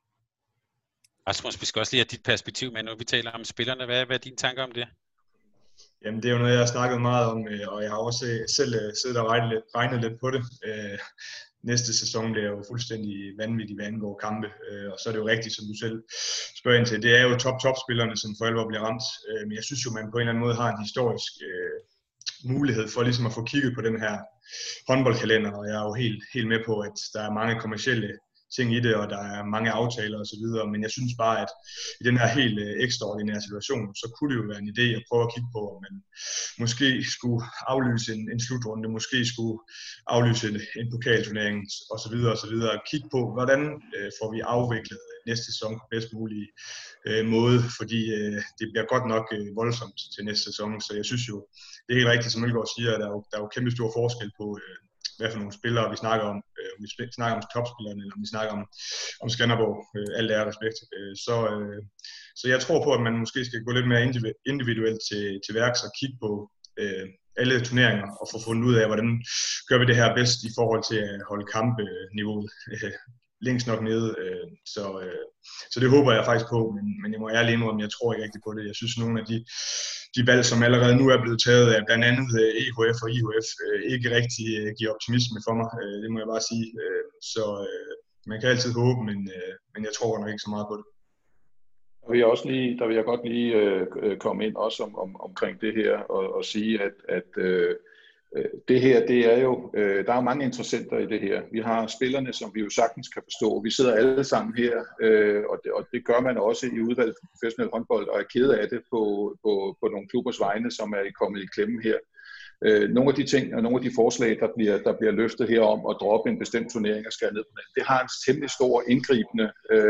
Rasmus, vi skal også lige have dit perspektiv med, når vi taler om spillerne. Hvad er dine tanker om det? Jamen, det er jo noget, jeg har snakket meget om, og jeg har også selv siddet og regnet lidt på det. Næste sæson bliver jo fuldstændig vanvittigt, hvad angår kampe, og så er det jo rigtigt, som du selv spørger ind til. Det er jo top-spillerne, som for alvor bliver ramt, men jeg synes jo, man på en eller anden måde har en historisk mulighed for ligesom at få kigget på den her håndboldkalender, og jeg er jo helt med på, at der er mange kommercielle ting i det, og der er mange aftaler og så videre, men jeg synes bare, at i den her helt ekstraordinære situation, så kunne det jo være en idé at prøve at kigge på, om man måske skulle aflyse en slutrunde, måske skulle aflyse en pokalturnering og så videre, kigge på, hvordan får vi afviklet næste sæson på bedst mulig måde, fordi det bliver godt nok voldsomt til næste sæson, så jeg synes jo, det er helt rigtigt, som Mølgaard siger, at der er jo kæmpe stor forskel på, hvad for nogle spillere vi snakker om, om vi snakker om topspillerne, eller om vi snakker om Skanderborg, alt er respekt. Så jeg tror på, at man måske skal gå lidt mere individuelt til værks og kigge på alle turneringer og få fundet ud af, hvordan gør vi det her bedst i forhold til at holde kampeniveauet længst nok nede. Så det håber jeg faktisk på, men jeg må ærligt indrømme, jeg tror ikke rigtig på det. Jeg synes, nogle af de valg, som allerede nu er blevet taget af blandt andet EHF og IHF, ikke rigtig giver optimisme for mig. Det må jeg bare sige. Så man kan altid håbe, men jeg tror nok ikke så meget på det. Der vil jeg godt lige komme ind også omkring det her og sige, at det her, det er jo, der er mange interessenter i det her. Vi har spillerne, som vi jo sagtens kan forstå. Vi sidder alle sammen her, og det gør man også i udvalget for professionel håndbold, og er ked af det på nogle klubbers vegne, som er kommet i klemme her. Nogle af de ting og nogle af de forslag, der bliver løftet her om at droppe en bestemt turnering og skære ned på det har en temmelig stor indgribende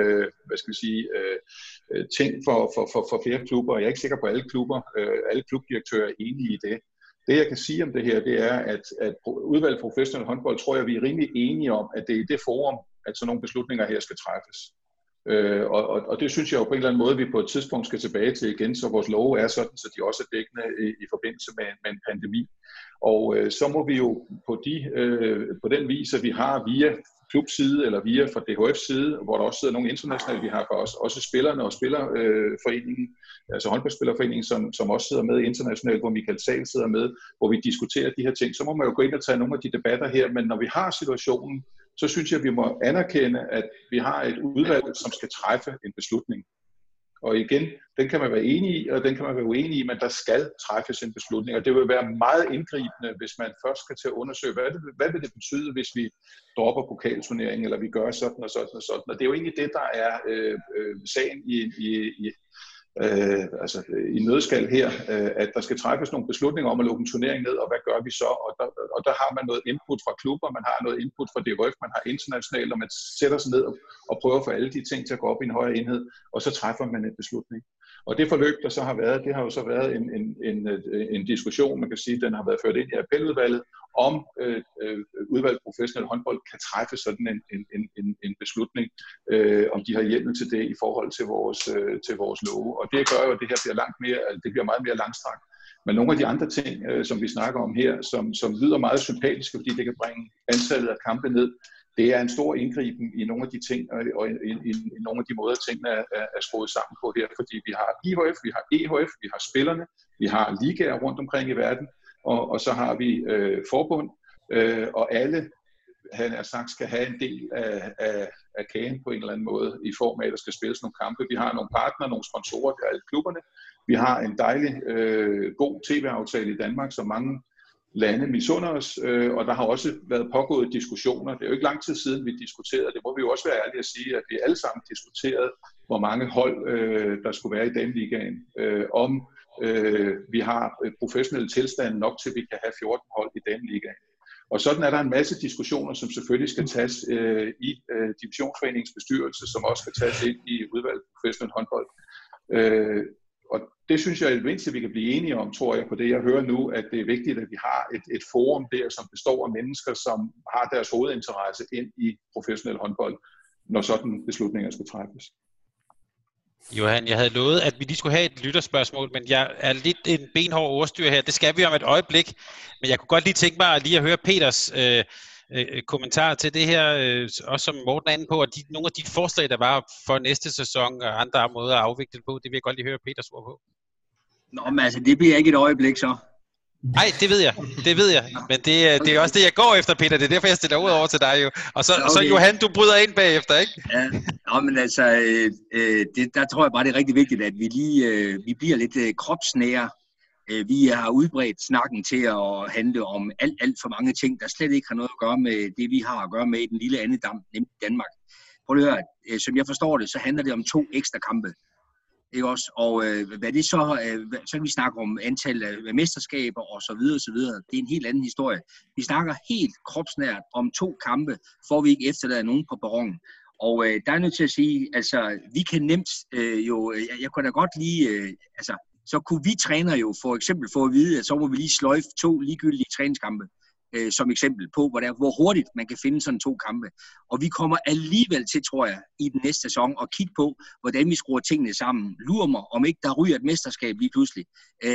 ting for flere klubber. Jeg er ikke sikker på, at alle klubdirektører er enige i det. Det, jeg kan sige om det her, det er, at udvalget for professionel håndbold, tror jeg, vi er rimelig enige om, at det er i det forum, at sådan nogle beslutninger her skal træffes. Og det synes jeg jo på en eller anden måde, vi på et tidspunkt skal tilbage til igen, så vores love er sådan, så de også er dækkende i forbindelse med en pandemi. Og så må vi jo på den vis, at vi har via klubside eller via fra DHF's side, hvor der også sidder nogle internationale, vi har for os, også spillerne og spillerforeningen, altså håndboldspillerforeningen, som også sidder med internationalt, hvor Michael Sahl sidder med, hvor vi diskuterer de her ting. Så må man jo gå ind og tage nogle af de debatter her, men når vi har situationen, så synes jeg, at vi må anerkende, at vi har et udvalg, som skal træffe en beslutning. Og igen, den kan man være enig i, og den kan man være uenig i, men der skal træffes en beslutning. Og det vil være meget indgribende, hvis man først skal til at undersøge, hvad vil det betyde, hvis vi dropper pokalturneringen, eller vi gør sådan og sådan og sådan. Og det er jo egentlig det, der er sagen i nødskal her, at der skal træffes nogle beslutninger om at lukke en turnering ned, og hvad gør vi så? Og der har man noget input fra klubber, man har noget input fra DHF, man har internationalt, og man sætter sig ned og prøver at få alle de ting til at gå op i en højere enhed, og så træffer man en beslutning. Og det forløb, der så har været, det har jo så været en diskussion, man kan sige, den har været ført ind i appeludvalget, om udvalget professionel håndbold kan træffe sådan en beslutning, om de har hjemmel til det i forhold til vores love. Og det gør jo, at det her bliver meget mere langstrakt. Men nogle af de andre ting, som vi snakker om her, som lyder meget sympatiske, fordi det kan bringe antallet af kampe ned, det er en stor indgriben i nogle af de ting, og i nogle af de måder, tingene er skruet sammen på her. Fordi vi har IHF, vi har EHF, vi har spillerne, vi har ligaer rundt omkring i verden, og så har vi forbund, og alle, han er sagt, skal have en del af kagen på en eller anden måde, i form af, at der skal spilles nogle kampe. Vi har nogle partnere, nogle sponsorer, der er alle klubberne. Vi har en dejlig, god tv-aftale i Danmark, som mange lande misunder os, og der har også været pågået diskussioner. Det er jo ikke lang tid siden, vi diskuterede, det må vi jo også være ærlige at sige, at vi alle sammen diskuterede, hvor mange hold, der skulle være i Dameligaen, om vi har professionelle tilstande nok til, at vi kan have 14 hold i Dameligaen. Og sådan er der en masse diskussioner, som selvfølgelig skal tages i divisionsforeningens bestyrelse, som også skal tages ind i udvalget professionel håndbold. Og det synes jeg er det mindste, vi kan blive enige om, tror jeg, på det, jeg hører nu, at det er vigtigt, at vi har et forum der, som består af mennesker, som har deres hovedinteresse ind i professionel håndbold, når sådan beslutninger skal træffes. Johan, jeg havde lovet, at vi lige skulle have et lytterspørgsmål, men jeg er lidt en benhård ordstyr her. Det skal vi om et øjeblik, men jeg kunne godt lige tænke mig lige at høre Peters kommentar til det her, også som Morten er inde på, og nogle af de forslag, der var for næste sæson og andre måder at afvikle det på, det vil jeg godt lige høre Peters ord på. Nå, men altså, det bliver ikke et øjeblik så. Nej, det ved jeg, men det er også det, jeg går efter, Peter, det er derfor, jeg stiller ud over til dig jo. Og så Johan, du bryder ind bagefter, ikke? Ja, nå, men altså, der tror jeg bare, det er rigtig vigtigt, at vi bliver lidt kropsnære. Vi har udbredt snakken til at handle om alt for mange ting, der slet ikke har noget at gøre med det, vi har at gøre med i den lille andedam, nemlig Danmark. Prøv at høre, som jeg forstår det, så handler det om 2 ekstra kampe. Ikke også? Og hvad det så kan vi snakke om antal af mesterskaber og så videre, så videre. Det er en helt anden historie. Vi snakker helt kropsnært om 2 kampe, for vi ikke efterlader nogen på perronen. Og der er nødt til at sige, altså, vi kan nemt jeg kunne da godt lige, så kunne vi træner jo for eksempel få at vide, at så må vi lige sløjfe 2 ligegyldige træningskampe, som eksempel på, hvor hurtigt man kan finde sådan 2 kampe. Og vi kommer alligevel til, tror jeg, i den næste sæson at kigge på, hvordan vi skruer tingene sammen. Lurer mig, om ikke der ryger et mesterskab lige pludselig.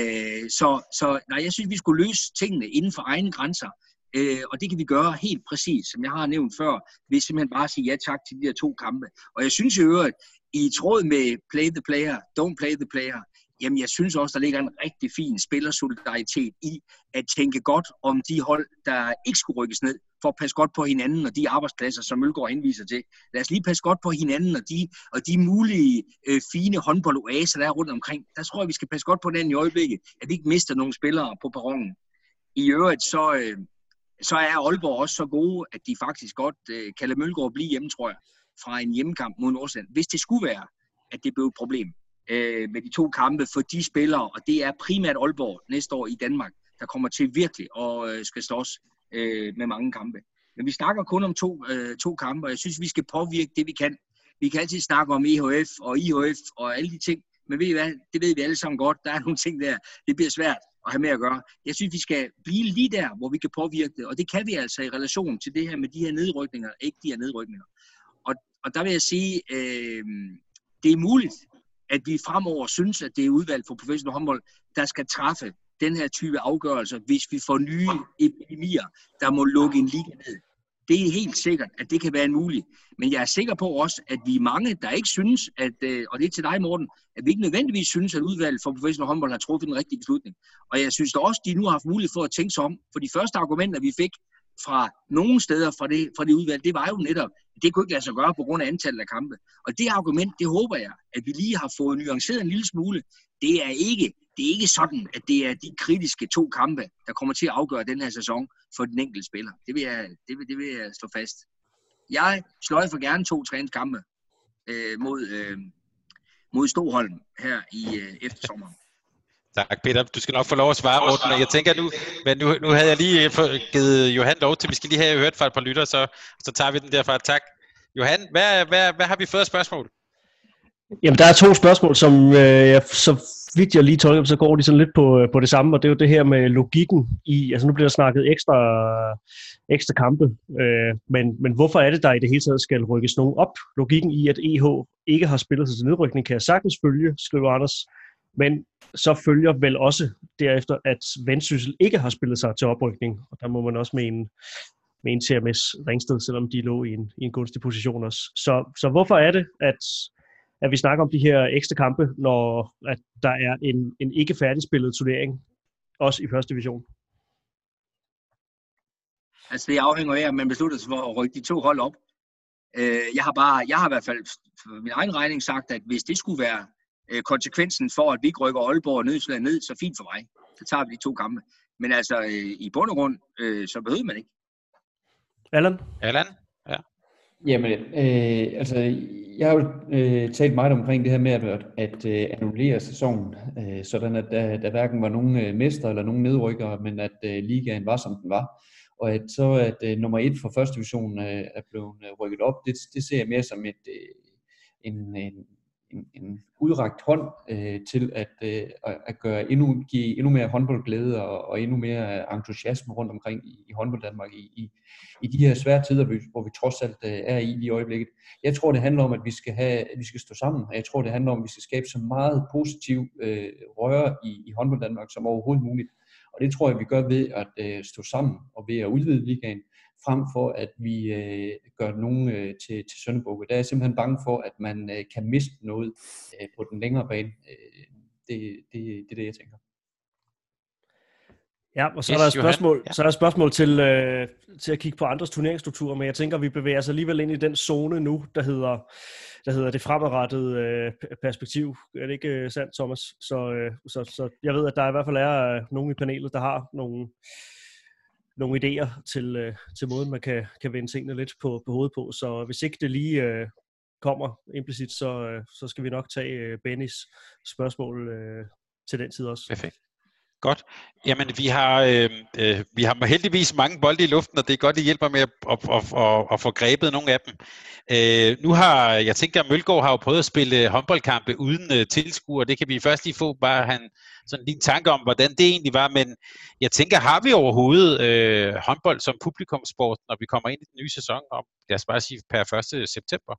Jeg synes, vi skulle løse tingene inden for egne grænser. Og det kan vi gøre helt præcis, som jeg har nævnt før, ved simpelthen bare at sige ja tak til de her 2 kampe. Og jeg synes i øvrigt, i tråd med play the player, don't play the player, jamen jeg synes også, der ligger en rigtig fin spillersolidaritet i at tænke godt om de hold, der ikke skulle rykkes ned, for at passe godt på hinanden og de arbejdspladser, som Mølgaard henviser til. Lad os lige passe godt på hinanden og de mulige fine håndboldoaser, der er rundt omkring. Der tror jeg, vi skal passe godt på den i øjeblikket, at vi ikke mister nogle spillere på perronen. I øvrigt så er Aalborg også så gode, at de faktisk godt kan lade Mølgaard blive hjemme, tror jeg, fra en hjemmekamp mod Nordsjælland. Hvis det skulle være, at det blev et problem med de 2 kampe for de spillere, og det er primært Aalborg næste år i Danmark, der kommer til virkelig og skal slås med mange kampe. Men vi snakker kun om to kampe, og jeg synes, vi skal påvirke det, vi kan. Vi kan altid snakke om EHF og IHF og alle de ting, men ved I hvad? Det ved vi alle sammen godt. Der er nogle ting der, det bliver svært at have med at gøre. Jeg synes, vi skal blive lige der, hvor vi kan påvirke det, og det kan vi altså i relation til det her med de her nedrykninger, ikke de her nedrykninger. Og der vil jeg sige, det er muligt, at vi fremover synes, at det er udvalgt for professionel håndbold, der skal træffe den her type afgørelser, hvis vi får nye epidemier, der må lukke en liga ned. Det er helt sikkert, at det kan være muligt. Men jeg er sikker på også, at vi er mange, der ikke synes, at, og det er til dig, Morten, at vi ikke nødvendigvis synes, at udvalget for professionel håndbold har truffet den rigtige beslutning. Og jeg synes da også, at de nu har haft mulighed for at tænke sig om. For de første argumenter, vi fik fra nogle steder fra det udvalg, det var jo netop, at det kunne ikke lade sig gøre på grund af antallet af kampe. Og det argument, det håber jeg, at vi lige har fået nuanceret en lille smule. Det er ikke sådan, at det er de kritiske 2 kampe, der kommer til at afgøre den her sæson for den enkelte spiller. Det vil jeg slå fast. Jeg sløjfer gerne 2 træningskampe mod Stoholm her i eftersommeren. Tak, Peter. Du skal nok få lov at svare, Morten. Jeg tænker nu havde jeg lige givet Johan lov til, vi skal lige have hørt fra et par lytter, så tager vi den derfra. Tak. Johan, hvad har vi fået af spørgsmål? Jamen, der er 2 spørgsmål, som så vidt jeg lige tolker, så går de sådan lidt på det samme, og det er jo det her med logikken i, altså nu bliver der snakket ekstra kampe, men hvorfor er det, der i det hele taget skal rykkes nogen op? Logikken i, at EH ikke har spillet sig til nedrykning, kan jeg sagtens følge, skriver Anders, men så følger vel også derefter, at Vendsyssel ikke har spillet sig til oprykning, og der må man også mene TMS Ringsted, selvom de lå i en gunstig position også. Så hvorfor er det, at vi snakker om de her ekstra kampe, når at der er en ikke færdigspillet turnering, også i første division? Altså det afhænger af, at man beslutter sig for at rykke de 2 hold op. Jeg har i hvert fald for min egen regning sagt, at hvis det skulle være konsekvensen for, at vi ikke rykker Aalborg og Nødsland ned, så fint for mig. Så tager vi de 2 kampe. Men altså, i bund og grund, så behøver man ikke. Allan? Ja. Jamen, altså, jeg har jo talt meget omkring det her med at annullere sæsonen, sådan at der hverken var nogen mester eller nogen nedrykkere, men at ligaen var, som den var. Og at nummer 1 for første division er blevet rykket op, det ser jeg mere som en udrakt hånd til at give endnu mere håndboldglæde og endnu mere entusiasme rundt omkring i håndbold Danmark i de her svære tider, hvor vi trods alt er i øjeblikket. Jeg tror, det handler om, at vi skal stå sammen, og jeg tror, det handler om, at vi skal skabe så meget positiv røre i håndbold Danmark som overhovedet muligt. Og det tror jeg, vi gør ved at stå sammen og ved at udvide ligaen, frem for at vi gør nogen til syndebukke. Der er jeg simpelthen bange for, at man kan miste noget på den længere bane. Det er det, jeg tænker. Ja, og så er der et spørgsmål, spørgsmål til at kigge på andres turneringsstrukturer, men jeg tænker, vi bevæger os alligevel ind i den zone nu, der hedder det fremadrettede perspektiv. Er det ikke sandt, Thomas? Så jeg ved, at der i hvert fald er nogen i panelet, der har nogle idéer til måden, man kan vende tingene lidt på hovedet på. Så hvis ikke det lige kommer implicit, så skal vi nok tage Bennys spørgsmål til den tid også. Perfekt. Godt. Jamen, vi har heldigvis mange bolde i luften, og det er godt, at I hjælper med at få grebet nogle af dem. Nu har, jeg tænker, at Mølgaard har jo prøvet at spille håndboldkampe uden tilskuere. Det kan vi først lige få bare sådan lige en tanke om, hvordan det egentlig var. Men jeg tænker, har vi overhovedet håndbold som publikumssport, når vi kommer ind i den nye sæson om, lad os bare sige, per 1. september?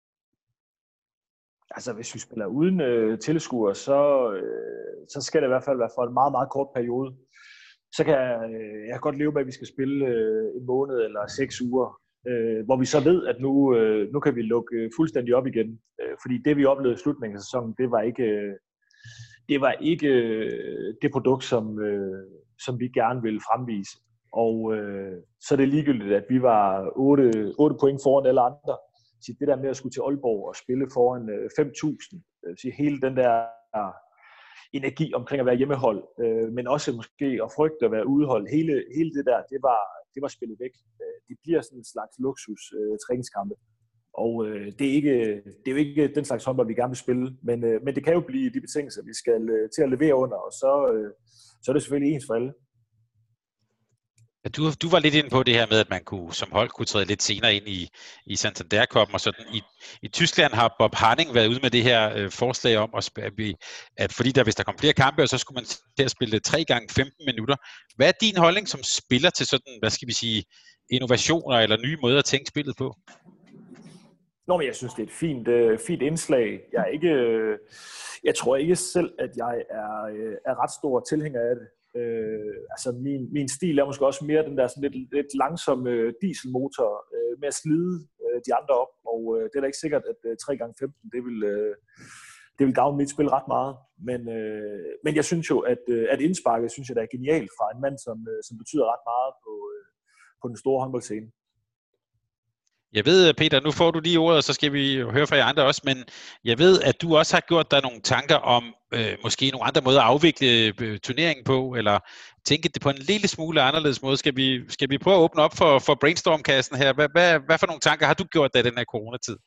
Altså, hvis vi spiller uden tilskuere, så skal det i hvert fald være for en meget, meget kort periode. Så kan jeg godt leve med, at vi skal spille en måned eller 6 uger, hvor vi så ved, at nu kan vi lukke fuldstændig op igen. Fordi det, vi oplevede i slutningen af sæsonen, det var ikke det produkt, som vi gerne ville fremvise. Og så er det ligegyldigt, at vi var 8 point foran alle andre. Så det der med at skulle til Aalborg og spille foran 5.000, hele den der energi omkring at være hjemmehold, men også måske at frygte at være udehold, hele det der, det var spillet væk. Det bliver sådan en slags luksus træningskampe. Og det er jo ikke den slags håndbold, vi gerne vil spille, men det kan jo blive de betingelser, vi skal til at levere under, og så er det selvfølgelig ens for alle. Du var lidt inde på det her med, at man som hold kunne træde lidt senere ind i Santander Cup og sådan. I Tyskland har Bob Hanning været ude med det her forslag om, at fordi hvis der kom flere kampe, så skulle man til at spille 3 gange 15 minutter. Hvad er din holdning som spiller til sådan, hvad skal vi sige, innovationer eller nye måder at tænke spillet på? Men jeg synes, det er et fint indslag. Jeg tror ikke selv, at jeg er ret stor tilhænger af det. Altså min stil er måske også mere den der sådan lidt langsomme dieselmotor med at slide de andre op, og det er da ikke sikkert, at 3x15 det vil gavne mit spil ret meget, men jeg synes jo, at indsparket synes jeg, der er genialt fra en mand, som betyder ret meget på den store håndboldscene. Jeg ved, Peter, nu får du lige ordet, og så skal vi høre fra jer andre også, men jeg ved, at du også har gjort dig nogle tanker om måske nogle andre måder at afvikle turneringen på, eller tænke det på en lille smule anderledes måde. Skal vi prøve at åbne op for brainstormkassen her? Hvad for nogle tanker har du gjort dig i den her coronatid?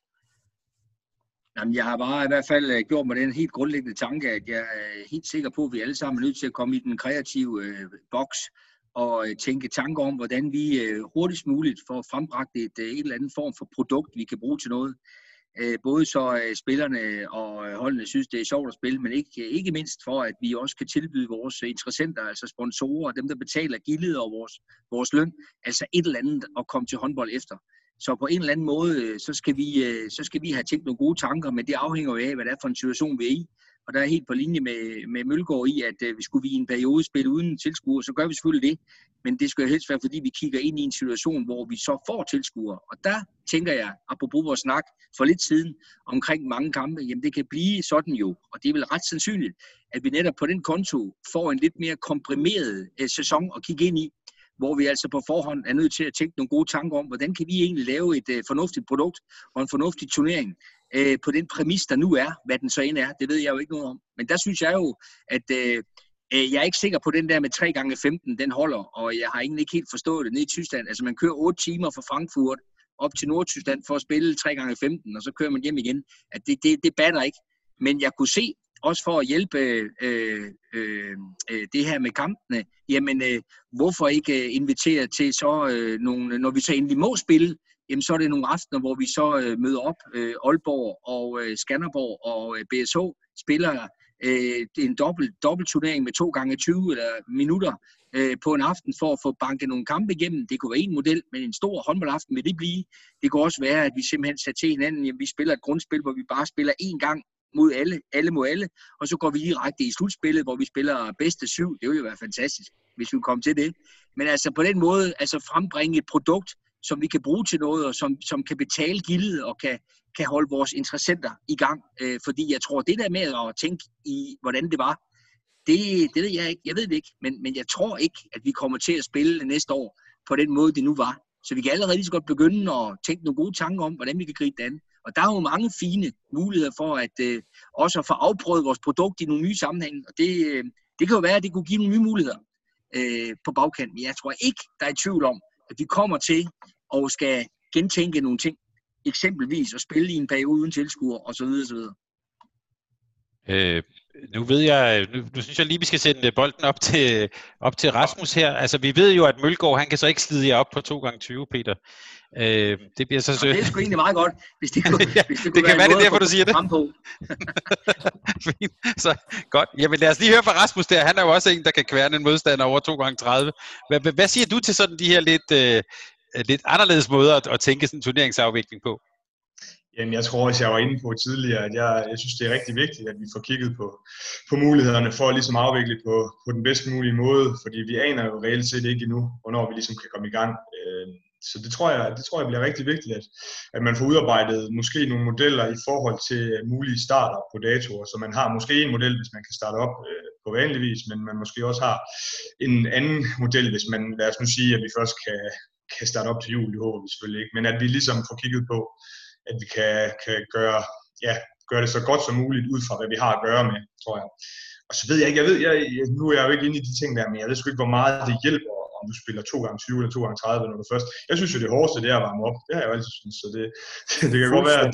Jamen, jeg har bare i hvert fald gjort mig den helt grundlæggende tanke, at jeg er helt sikker på, at vi alle sammen er nødt til at komme i den kreative boks, og tænke tanker om, hvordan vi hurtigst muligt får frembragt et eller andet form for produkt, vi kan bruge til noget. Både så spillerne og holdene synes, det er sjovt at spille, men ikke mindst for, at vi også kan tilbyde vores interessenter, altså sponsorer og dem, der betaler gildet og vores løn, altså et eller andet at komme til håndbold efter. Så på en eller anden måde, så skal vi have tænkt nogle gode tanker, men det afhænger jo af, hvad det er for en situation, vi er i. Og der er helt på linje med Mølgaard i, at skulle vi i en periode spille uden tilskuere, så gør vi selvfølgelig det. Men det skal jo helst være, fordi vi kigger ind i en situation, hvor vi så får tilskuere. Og der tænker jeg, apropos vores snak for lidt siden omkring mange kampe, jamen det kan blive sådan jo, og det er vel ret sandsynligt, at vi netop på den konto får en lidt mere komprimeret sæson at kigge ind i, hvor vi altså på forhånd er nødt til at tænke nogle gode tanker om, hvordan kan vi egentlig lave et fornuftigt produkt og en fornuftig turnering på den præmis, der nu er, hvad den så end er. Det ved jeg jo ikke noget om. Men der synes jeg jo, at jeg er ikke sikker på den der med 3x15, den holder, og jeg har egentlig ikke helt forstået det nede i Tyskland. Altså man kører 8 timer fra Frankfurt op til Nordtyskland for at spille 3x15, og så kører man hjem igen. At det batter ikke. Men jeg kunne se, også for at hjælpe det her med kampene, jamen hvorfor ikke invitere til så nogle, når vi så endelig må spille, jamen så er det nogle aftener, hvor vi så møder op, Aalborg og Skanderborg og BSH spiller en dobbelt turnering med 2x20 eller minutter på en aften for at få banket nogle kampe igennem. Det kunne være en model, men en stor håndboldaften vil det blive. Det kunne også være, at vi simpelthen satte til hinanden, jamen vi spiller et grundspil, hvor vi bare spiller én gang mod alle mod alle, og så går vi direkte i slutspillet, hvor vi spiller bedste 7. Det ville jo være fantastisk, hvis vi kom til det. Men altså på den måde, altså frembringe et produkt, som vi kan bruge til noget, og som kan betale gildet, og kan holde vores interessenter i gang. Fordi jeg tror, det der med at tænke i, hvordan det var, det ved jeg ikke. Jeg ved det ikke, men jeg tror ikke, at vi kommer til at spille næste år på den måde, det nu var. Så vi kan allerede lige så godt begynde at tænke nogle gode tanker om, hvordan vi kan gribe det an. Og der er jo mange fine muligheder for at også at få afprøvet vores produkt i nogle nye sammenhænge. Og det kan jo være, at det kunne give nogle nye muligheder på bagkanten. Men jeg tror ikke, der er i tvivl om, at vi kommer til og skal gentænke nogle ting. Eksempelvis at spille i en periode uden tilskuere osv. osv. Nu ved jeg, nu synes jeg lige, vi skal sende bolden op til Rasmus her. Altså, vi ved jo, at Mølgaard, han kan så ikke slide jer op på 2x20, Peter. Det bliver så sødt. Det er sgu egentlig meget godt, hvis det kunne, ja, hvis det kunne være det derfor, du siger det. Så godt. Jamen lad os lige høre fra Rasmus der. Han er jo også en, der kan kværne en modstander over 2x30. Hvad siger du til sådan de her lidt anderledes måder at tænke sådan en turneringsafvikling på? Jamen, jeg tror også, jeg var inde på tidligere, at jeg synes, det er rigtig vigtigt, at vi får kigget på mulighederne for at ligesom afvikle på den bedst mulige måde, fordi vi aner jo reelt set ikke endnu, hvornår vi ligesom kan komme i gang. Så det tror jeg bliver rigtig vigtigt, at man får udarbejdet måske nogle modeller i forhold til mulige starter på datoer, så man har måske en model, hvis man kan starte op på vanlig vis, men man måske også har en anden model, hvis man, lad os nu sige, at vi først kan starte op til jul, det håber vi selvfølgelig ikke, men at vi ligesom får kigget på, at vi kan gøre det så godt som muligt ud fra, hvad vi har at gøre med, tror jeg. Og så ved jeg ikke, nu er jeg jo ikke inde i de ting der, men jeg ved sgu ikke, hvor meget det hjælper, om du spiller 2x20 eller 2x30, når du først. Jeg synes jo, det hårdeste, det er at varme op. Det har jeg jo altid synes, så det kan godt være, at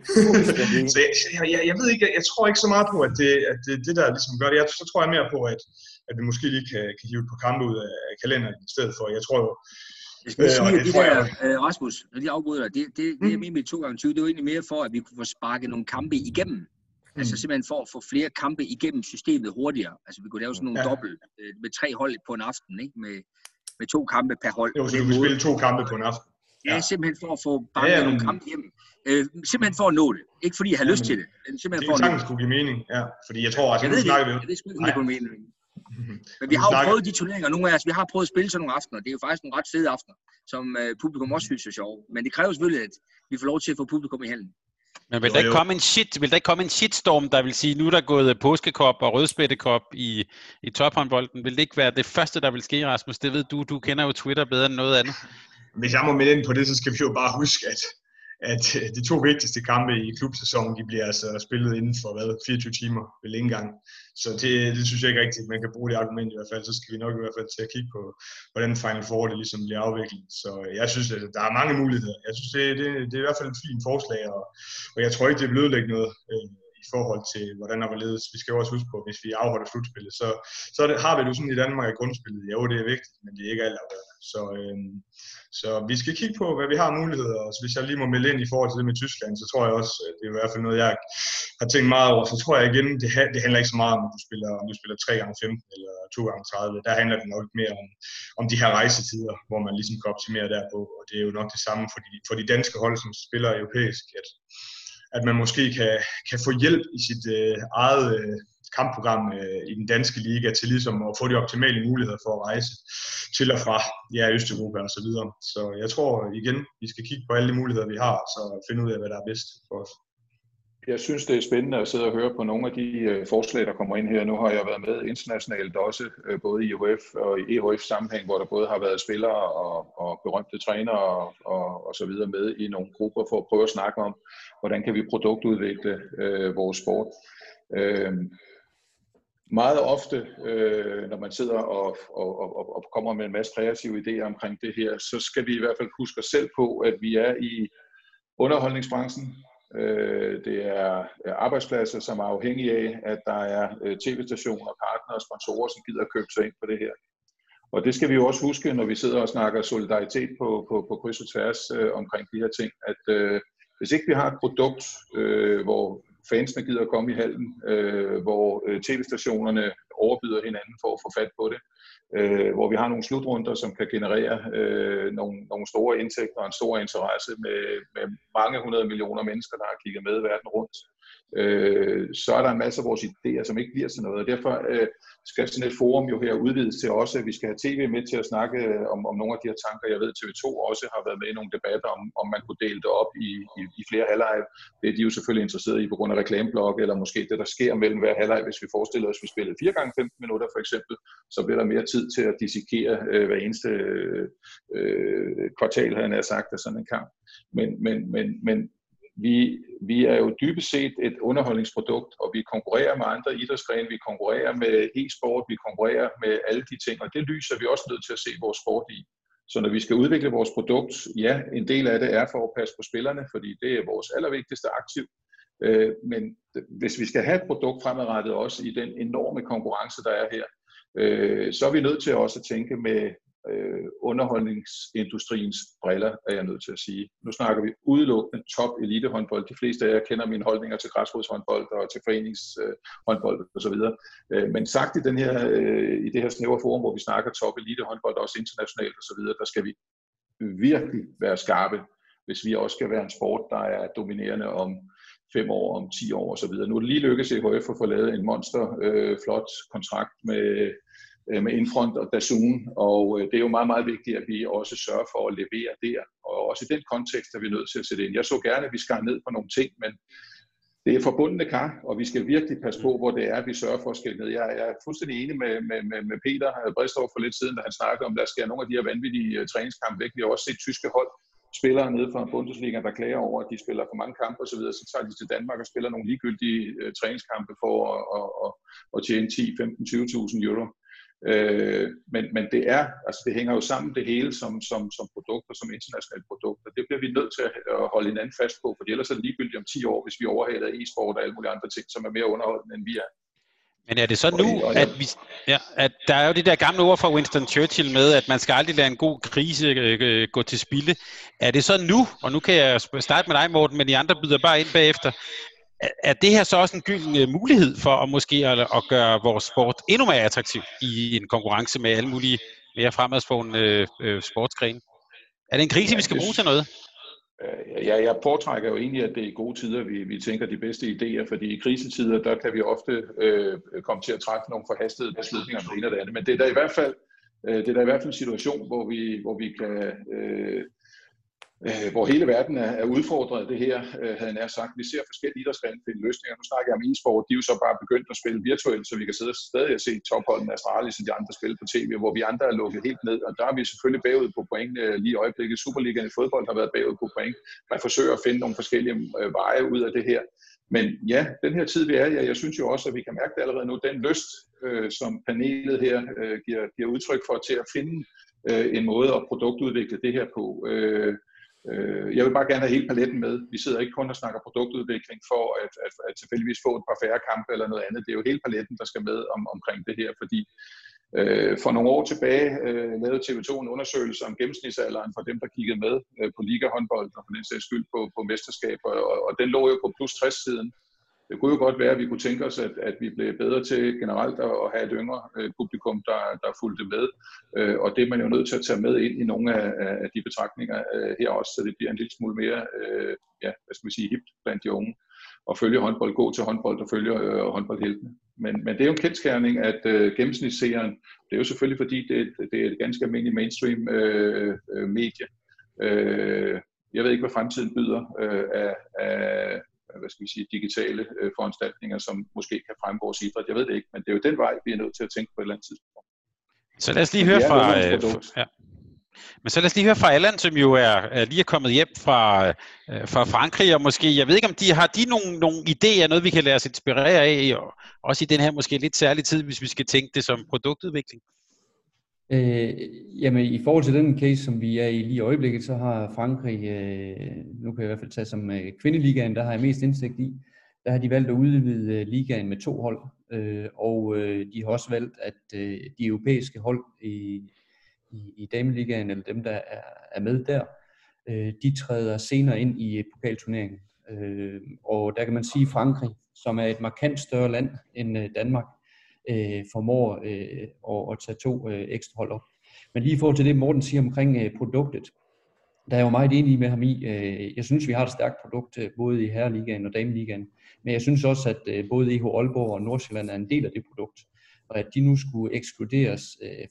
så jeg ved ikke, jeg tror ikke så meget på, at det der ligesom gør det. Så tror jeg mere på, at vi måske lige kan hive et par kampe ud af kalenderen i stedet for. Jeg tror jo, jeg skal sige, det der, Rasmus, når de afbryder dig, det jeg mener med 2x20, det var egentlig mere for, at vi kunne få sparket nogle kampe igennem. Altså simpelthen for at få flere kampe igennem systemet hurtigere. Altså vi kunne lave sådan nogle dobbelt med 3 hold på en aften, ikke? Med 2 kampe per hold. Jo, så du kan spille 2 kampe på en aften. Ja, simpelthen for at få banket nogle kampe igennem. Simpelthen for at nå det. Ikke fordi jeg har lyst til det, men simpelthen for at nå det. Det skulle give mening, ja. Fordi jeg tror, altså nu snakker vi jo. Jeg ved sgu ikke, om det kunne mening. Men vi har jo prøvet de turneringer, nogle af os, vi har prøvet at spille sådan nogle aftener. Det er jo faktisk nogle ret fede aftener, som publikum også synes er sjove. Men det kræver selvfølgelig, at vi får lov til at få publikum i hallen. Men vil der ikke komme en shitstorm, der vil sige, nu er der gået påskekop og rødspættekop i tophåndbolden? Vil det ikke være det første, der vil ske, Rasmus? Det ved du kender jo Twitter bedre end noget andet. Hvis jeg må melde ind på det, så skal vi jo bare huske, at de 2 vigtigste kampe i klubsæsonen, de bliver altså spillet inden for 24 timer vel ikke engang. Så det synes jeg ikke rigtigt, man kan bruge det argument i hvert fald. Så skal vi nok i hvert fald til at kigge på, hvordan Final Four det ligesom bliver afviklet. Så jeg synes, at der er mange muligheder. Jeg synes, det er i hvert fald et fint forslag, og jeg tror ikke, det bliver ødelægget noget i forhold til, hvordan der var ledes. Vi skal jo også huske på, hvis vi afholder slutspillet, så har vi det jo sådan i Danmark i grundspillet. Jo, det er vigtigt, men det er ikke alt afgørende. Så vi skal kigge på, hvad vi har muligheder, og hvis jeg lige må melde ind i forhold til det med Tyskland, så tror jeg også, det er i hvert fald noget, jeg har tænkt meget over, så tror jeg igen, det handler ikke så meget om, om du spiller 3x15 eller 2x30, der handler det nok mere om de her rejsetider, hvor man ligesom kan optimere derpå, og det er jo nok det samme for de danske hold, som spiller europæisk, at man måske kan få hjælp i sit eget kampprogram i den danske liga til ligesom at få de optimale muligheder for at rejse til og fra Østeuropa og så videre. Så jeg tror igen, vi skal kigge på alle de muligheder, vi har, og så finde ud af, hvad der er bedst for os. Jeg synes, det er spændende at sidde og høre på nogle af de forslag, der kommer ind her. Nu har jeg været med internationalt også, både i IHF og i EHF sammenhæng, hvor der både har været spillere og berømte trænere og så videre med i nogle grupper for at prøve at snakke om, hvordan kan vi produktudvikle vores sport. Meget ofte, når man sidder og kommer med en masse kreative idéer omkring det her, så skal vi i hvert fald huske os selv på, at vi er i underholdningsbranchen. Det er arbejdspladser, som er afhængige af, at der er tv-stationer, partnere og sponsorer, som gider at købe sig ind på det her. Og det skal vi jo også huske, når vi sidder og snakker solidaritet på kryds og tværs omkring de her ting, at hvis ikke vi har et produkt, hvor fansene gider at komme i hallen, hvor tv-stationerne overbyder hinanden for at få fat på det, hvor vi har nogle slutrunder, som kan generere nogle store indtægter og en stor interesse med mange 100 millioner mennesker, der har kigget med verden rundt, så er der en masse af vores idéer, som ikke bliver til noget. Og derfor skal sådan et forum jo her udvides til også, at vi skal have tv med til at snakke om nogle af de her tanker. Jeg ved, at TV2 også har været med i nogle debatter om man kunne dele det op i flere halvleje. Det er de jo selvfølgelig interesseret i på grund af reklameblok, eller måske det, der sker mellem hver halvleg. Hvis vi forestiller os, at vi spillede 4 gange 15 minutter for eksempel, så bliver der mere tid til at dissekere hver eneste kvartal, havde jeg sagt, af sådan en kamp. Men vi er jo dybest set et underholdningsprodukt, og vi konkurrerer med andre idrætsgrene, vi konkurrerer med e-sport, vi konkurrerer med alle de ting, og det lys er vi også nødt til at se vores sport i. Så når vi skal udvikle vores produkt, ja, en del af det er for at passe på spillerne, fordi det er vores allervigtigste aktiv. Men hvis vi skal have et produkt fremadrettet også i den enorme konkurrence, der er her, så er vi nødt til også at tænke med underholdningsindustriens briller, er jeg nødt til at sige. Nu snakker vi udelukkende top elitehåndbold. De fleste af jer kender mine holdninger til græsrodshåndbold og til foreningshåndbold osv. Men sagt i det her snævre forum, hvor vi snakker top elitehåndbold, også internationalt osv., der skal vi virkelig være skarpe, hvis vi også skal være en sport, der er dominerende om 5 år, om 10 år osv. Nu er det lige lykkedes EHF at få lavet en flot kontrakt med Infront og DAZN, og det er jo meget, meget vigtigt, at vi også sørger for at levere der, og også i den kontekst er vi nødt til at sætte ind. Jeg så gerne, at vi skar ned på nogle ting, men det er forbundne kar, og vi skal virkelig passe på, hvor det er, at vi sørger for at skille ned. Jeg er fuldstændig enig med Peter Bredstorff for lidt siden, da han snakkede om, at der skal nogle af de her vanvittige træningskampe væk. Vi har også set tyske hold, spillere nede fra Bundesliga, der klager over, at de spiller for mange kampe osv., så tager de til Danmark og spiller nogle ligegyldige træningskampe for at tjene 10, 15, 20.000 euro. Men det hænger jo sammen det hele som produkter, som internationale produkter. Det bliver vi nødt til at holde hinanden fast på, for ellers er det ligegyldigt om 10 år, hvis vi overhaler e-sport og alle mulige andre ting, som er mere underholdende end vi er. Men er det så nu, at der er jo det der gamle ord fra Winston Churchill med, at man skal aldrig lade en god krise gå til spilde. Er det så nu, og nu kan jeg starte med dig, Morten, men de andre byder bare ind bagefter, er det her så også en gylden mulighed for at måske at gøre vores sport endnu mere attraktiv i en konkurrence med alle mulige mere fremadsforende sportsgrene? Er det en krise, vi skal bruge til noget? Jeg foretrækker jo egentlig, at det er i gode tider, vi tænker de bedste idéer, fordi i krisetider, der kan vi ofte komme til at træffe nogle forhastede beslutninger om det ene og det andet. Men det er da i hvert fald en situation, hvor vi kan... hvor hele verden er udfordret det her, havde jeg nær sagt. Vi ser forskellige idrætsgrene finde løsninger. Nu snakker jeg om e-sport, de er jo så bare begyndt at spille virtuelt, så vi kan sidde stadig og se topholdene Astralis og de andre spille på tv, hvor vi andre er lukket helt ned, og der er vi selvfølgelig bagud på point lige i øjeblikket. Superligaen i fodbold har været bagud på point. Man forsøger at finde nogle forskellige veje ud af det her. Men ja, den her tid vi er i, jeg synes jo også, at vi kan mærke det allerede nu, den lyst, som panelet her giver udtryk for til at finde en måde at produktudvikle det her på. Jeg vil bare gerne have hele paletten med. Vi sidder ikke kun og snakker produktudvikling for at tilfældigvis få et par færre kampe eller noget andet. Det er jo hele paletten, der skal med omkring det her, fordi for nogle år tilbage lavede TV2 en undersøgelse om gennemsnitsalderen for dem, der kiggede med på ligahåndbold og for den sags skyld på mesterskaber, og den lå jo på plus 60-siden. Det kunne jo godt være, at vi kunne tænke os, at vi blev bedre til generelt at have et yngre publikum, der fulgte med. Og det er man jo nødt til at tage med ind i nogle af de betragtninger her også, så det bliver en lille smule mere hipt blandt de unge. Og følge håndbold, gå til håndbold og følge håndboldheltene. Men det er jo en kendsgerning, at gennemsnitsserien, det er jo selvfølgelig fordi, det er et ganske almindeligt mainstream medie. Jeg ved ikke, hvad fremtiden byder af hvad skal vi sige, digitale foranstaltninger, som måske kan fremme vores idræt. Jeg ved det ikke, men det er jo den vej, vi er nødt til at tænke på et eller andet tidspunkt. Så lad os lige høre fra... Men så lad os lige høre fra Allan, som jo er lige kommet hjem fra Frankrig, og måske, jeg ved ikke, om har de nogle idéer, noget vi kan lade os inspirere af, og også i den her måske lidt særlige tid, hvis vi skal tænke det som produktudvikling? Jamen i forhold til den case, som vi er i lige i øjeblikket, så har Frankrig, nu kan jeg i hvert fald tage som kvindeligaen, der har jeg mest indsigt i, der har de valgt at udvide ligaen med 2 hold, og de har også valgt, at de europæiske hold i dameligaen, eller dem, der er med der, de træder senere ind i pokalturneringen. Og der kan man sige, at Frankrig, som er et markant større land end Danmark, formår at tage 2 ekstra hold op. Men lige i forhold til det, Morten siger omkring produktet, der er jeg jo meget enig med ham i. Jeg synes, vi har et stærkt produkt, både i herreligaen og dameligaen. Men jeg synes også, at både EH Aalborg og Nordsjælland er en del af det produkt. Og at de nu skulle ekskluderes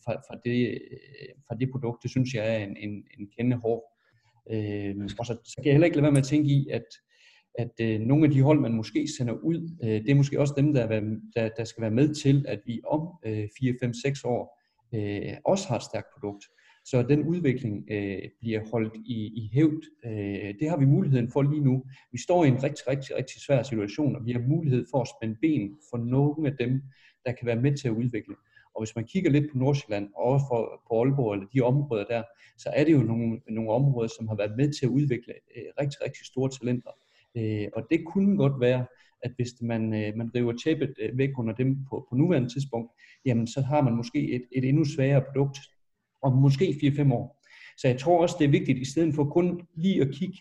fra det produkt, det synes jeg er en kende hård. Og så kan jeg heller ikke lade være med at tænke i, at nogle af de hold, man måske sender ud, det er måske også dem, der skal være med til, at vi om 4-5-6 år også har et stærkt produkt. Så den udvikling bliver holdt i hævd. Det har vi muligheden for lige nu. Vi står i en rigtig svær situation, og vi har mulighed for at spænde ben for nogle af dem, der kan være med til at udvikle. Og hvis man kigger lidt på Nordsjælland og også på Aalborg eller de områder der, så er det jo nogle områder, som har været med til at udvikle rigtig store talenter. Og det kunne godt være, at hvis man river tæppet væk under dem på nuværende tidspunkt, jamen så har man måske et endnu sværere produkt om måske 4-5 år. Så jeg tror også, det er vigtigt, i stedet for kun lige at kigge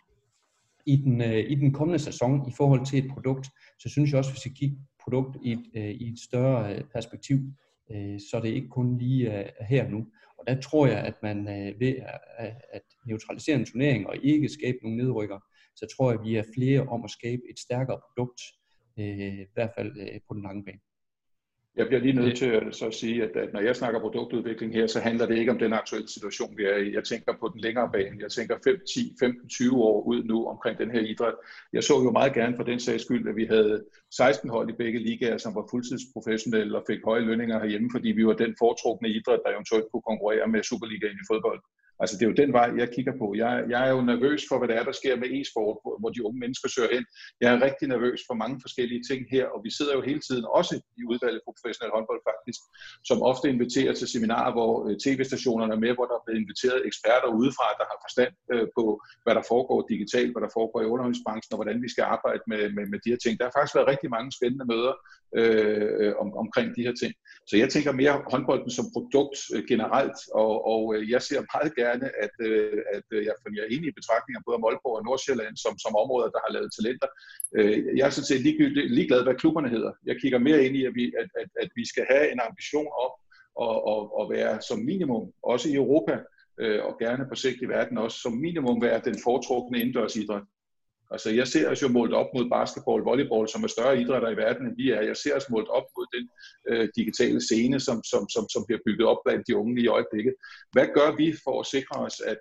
i den kommende sæson i forhold til et produkt, så synes jeg også, at vi skal kigge produkt i et større perspektiv, så det ikke kun lige er her nu. Og der tror jeg, at man ved at neutralisere en turnering og ikke skabe nogle nedrykker, så tror jeg, at vi er flere om at skabe et stærkere produkt, i hvert fald på den lange bane. Jeg bliver lige nødt til at så sige, at når jeg snakker produktudvikling her, så handler det ikke om den aktuelle situation, vi er i. Jeg tænker på den længere bane. Jeg tænker 5, 10, 15, 20 år ud nu omkring den her idræt. Jeg så jo meget gerne for den sags skyld, at vi havde 16 hold i begge ligaer, som var fuldtidsprofessionelle og fik høje lønninger herhjemme, fordi vi var den foretrukne idræt, der eventuelt kunne konkurrere med Superligaen i fodbold. Altså det er jo den vej, jeg kigger på. Jeg er jo nervøs for, hvad det er, der sker med e-sport, hvor de unge mennesker søger hen. Jeg er rigtig nervøs for mange forskellige ting her, og vi sidder jo hele tiden, også i udvalget på professionel håndbold faktisk, som ofte inviterer til seminarer, hvor tv-stationerne er med, hvor der er blevet inviteret eksperter udefra, der har forstand på, hvad der foregår digitalt, hvad der foregår i underholdningsbranchen, og hvordan vi skal arbejde med de her ting. Der har faktisk været rigtig mange spændende møder omkring de her ting. Så jeg tænker mere håndbolden som produkt generelt, og jeg ser meget gerne, at jeg er enig i betragtninger både om Aalborg og Nordsjælland som områder, der har lavet talenter. Jeg er sådan set ligeglad, hvad klubberne hedder. Jeg kigger mere ind i, at vi skal have en ambition om at være som minimum, også i Europa, og gerne på sigt i verden også, som minimum være den foretrukne indendørsidræt. Altså jeg ser os jo målt op mod basketball, volleyball, som er større idrætter i verden, end vi er. Jeg ser os målt op mod den digitale scene, som bliver bygget op blandt de unge i øjeblikket. Hvad gør vi for at sikre os, at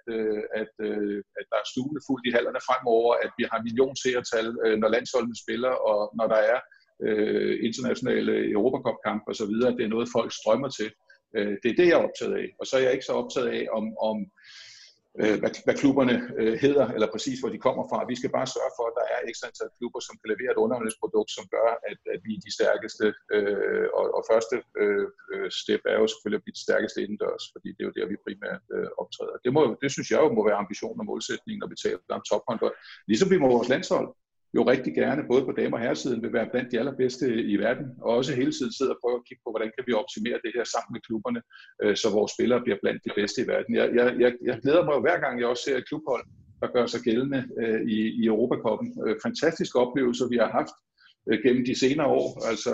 der er stuvende fuldt i hallerne fremover, at vi har millionseertal, når landsholdene spiller, og når der er internationale Europacup-kampe osv., det er noget, folk strømmer til. Det er det, jeg er optaget af. Og så er jeg ikke så optaget af, om hvad klubberne hedder, eller præcis hvor de kommer fra. Vi skal bare sørge for, at der er ekstra antal klubber, som kan levere et underholdningsprodukt, som gør, at vi er de stærkeste. Og første step er jo selvfølgelig at blive de stærkeste indendørs, fordi det er jo der, vi primært optræder. Det synes jeg jo må være ambitionen og målsætningen, når vi taler om tophåndbold. Ligesom vi må vores landshold jo rigtig gerne, både på dame- og herresiden, vil være blandt de allerbedste i verden, og også hele tiden sidder og prøver at kigge på, hvordan kan vi optimere det her sammen med klubberne, så vores spillere bliver blandt de bedste i verden. Jeg glæder mig jo hver gang, jeg også ser et klubhold, der gør sig gældende i Europacuppen. Fantastiske oplevelser, vi har haft gennem de senere år, altså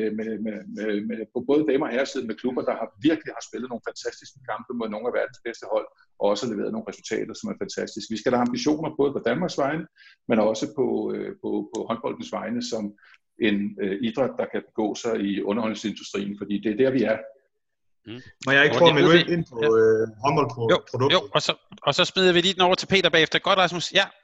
med på både damer og herresiden med klubber, der virkelig har spillet nogle fantastiske kampe mod nogle af verdens bedste hold, og også leveret nogle resultater, som er fantastiske. Vi skal have ambitioner både på Danmarks vegne, men også på håndboldens vegne som en idræt, der kan begå sig i underholdningsindustrien, fordi det er der, vi er. Må jeg ikke prøve at melde ind på håndboldprodukter? Jo, og så smider vi lige den over til Peter bagefter. Godt, Rasmus. Ja.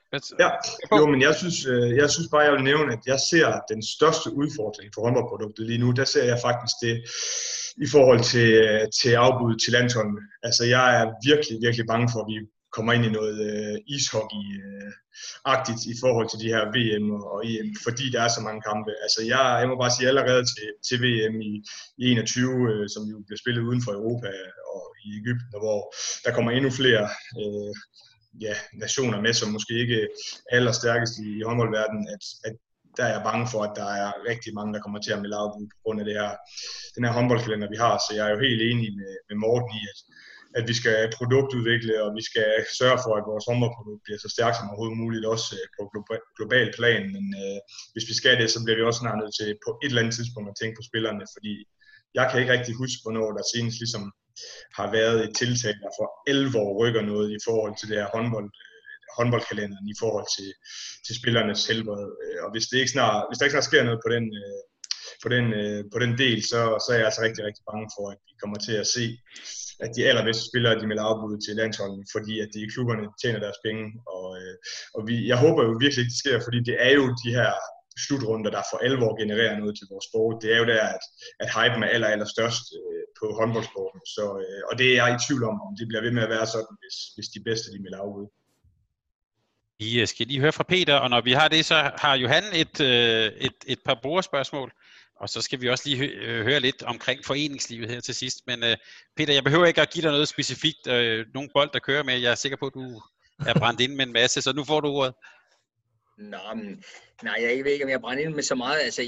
Ja, jo, men jeg synes bare, jeg vil nævne, at jeg ser den største udfordring for håndboldproduktet lige nu. Der ser jeg faktisk det i forhold til afbud til landsholdene. Altså, jeg er virkelig, virkelig bange for, at vi kommer ind i noget ishockey-agtigt i forhold til de her VM og EM, fordi der er så mange kampe. Altså, jeg må bare sige, allerede til VM i 21, som jo bliver spillet uden for Europa og i Egypten, hvor der kommer endnu flere nationer med, som måske ikke er allerstærkest i håndboldverdenen, at der er jeg bange for, at der er rigtig mange, der kommer til at melde afbud på grund af den her håndboldkalender, vi har. Så jeg er jo helt enig med Morten i, at vi skal produktudvikle, og vi skal sørge for, at vores håndboldprodukt bliver så stærkt som overhovedet muligt, også på global plan. Men hvis vi skal det, så bliver vi også snart nødt til på et eller andet tidspunkt at tænke på spillerne, fordi jeg kan ikke rigtig huske, hvornår der senest ligesom har været et tiltag, der for 11 år rykker noget i forhold til det her håndboldkalenderen, i forhold til spillernes helbred. Og hvis der ikke snart sker noget på den del, så er jeg altså rigtig, rigtig bange for, at vi kommer til at se, at de allerbedste spillere, de melder afbud til landsholdet, fordi at de i klubberne tjener deres penge. Og jeg håber jo virkelig ikke, det sker, fordi det er jo de her slutrunder, der for alvor genererer noget til vores sport. Det er jo der, at hypen er allerstørst på håndboldsporten. Og det er jeg i tvivl om det bliver ved med at være sådan, hvis de bedste, de melder afbud. I skal lige høre fra Peter, og når vi har det, så har Johan et par brugerspørgsmål, og så skal vi også lige høre lidt omkring foreningslivet her til sidst. Men Peter, jeg behøver ikke at give dig noget specifikt, nogle bold, der kører med. Jeg er sikker på, at du er brændt ind med en masse, så nu får du ordet. Nej, jeg ved ikke, om jeg brænder ind med så meget. Altså,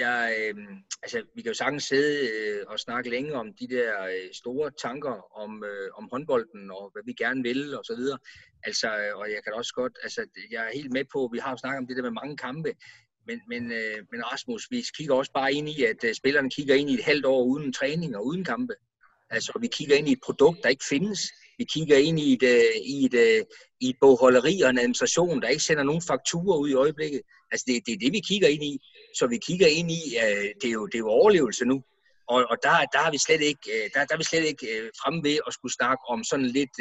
vi kan jo sagtens sidde og snakke længe om de der store tanker om håndbolden og hvad vi gerne vil og så videre. Altså, og jeg kan også godt, jeg er helt med på, vi har jo snakket om det der med mange kampe, men Rasmus, vi kigger også bare ind i, at spillerne kigger ind i et halvt år uden træning og uden kampe. Altså, vi kigger ind i et produkt, der ikke findes. Vi kigger ind i et bogholderi og en administration, der ikke sender nogen fakturer ud i øjeblikket. Altså, det er det, vi kigger ind i. Så vi kigger ind i, det er jo overlevelse nu. Og der er vi slet ikke fremme ved at skulle snakke om sådan lidt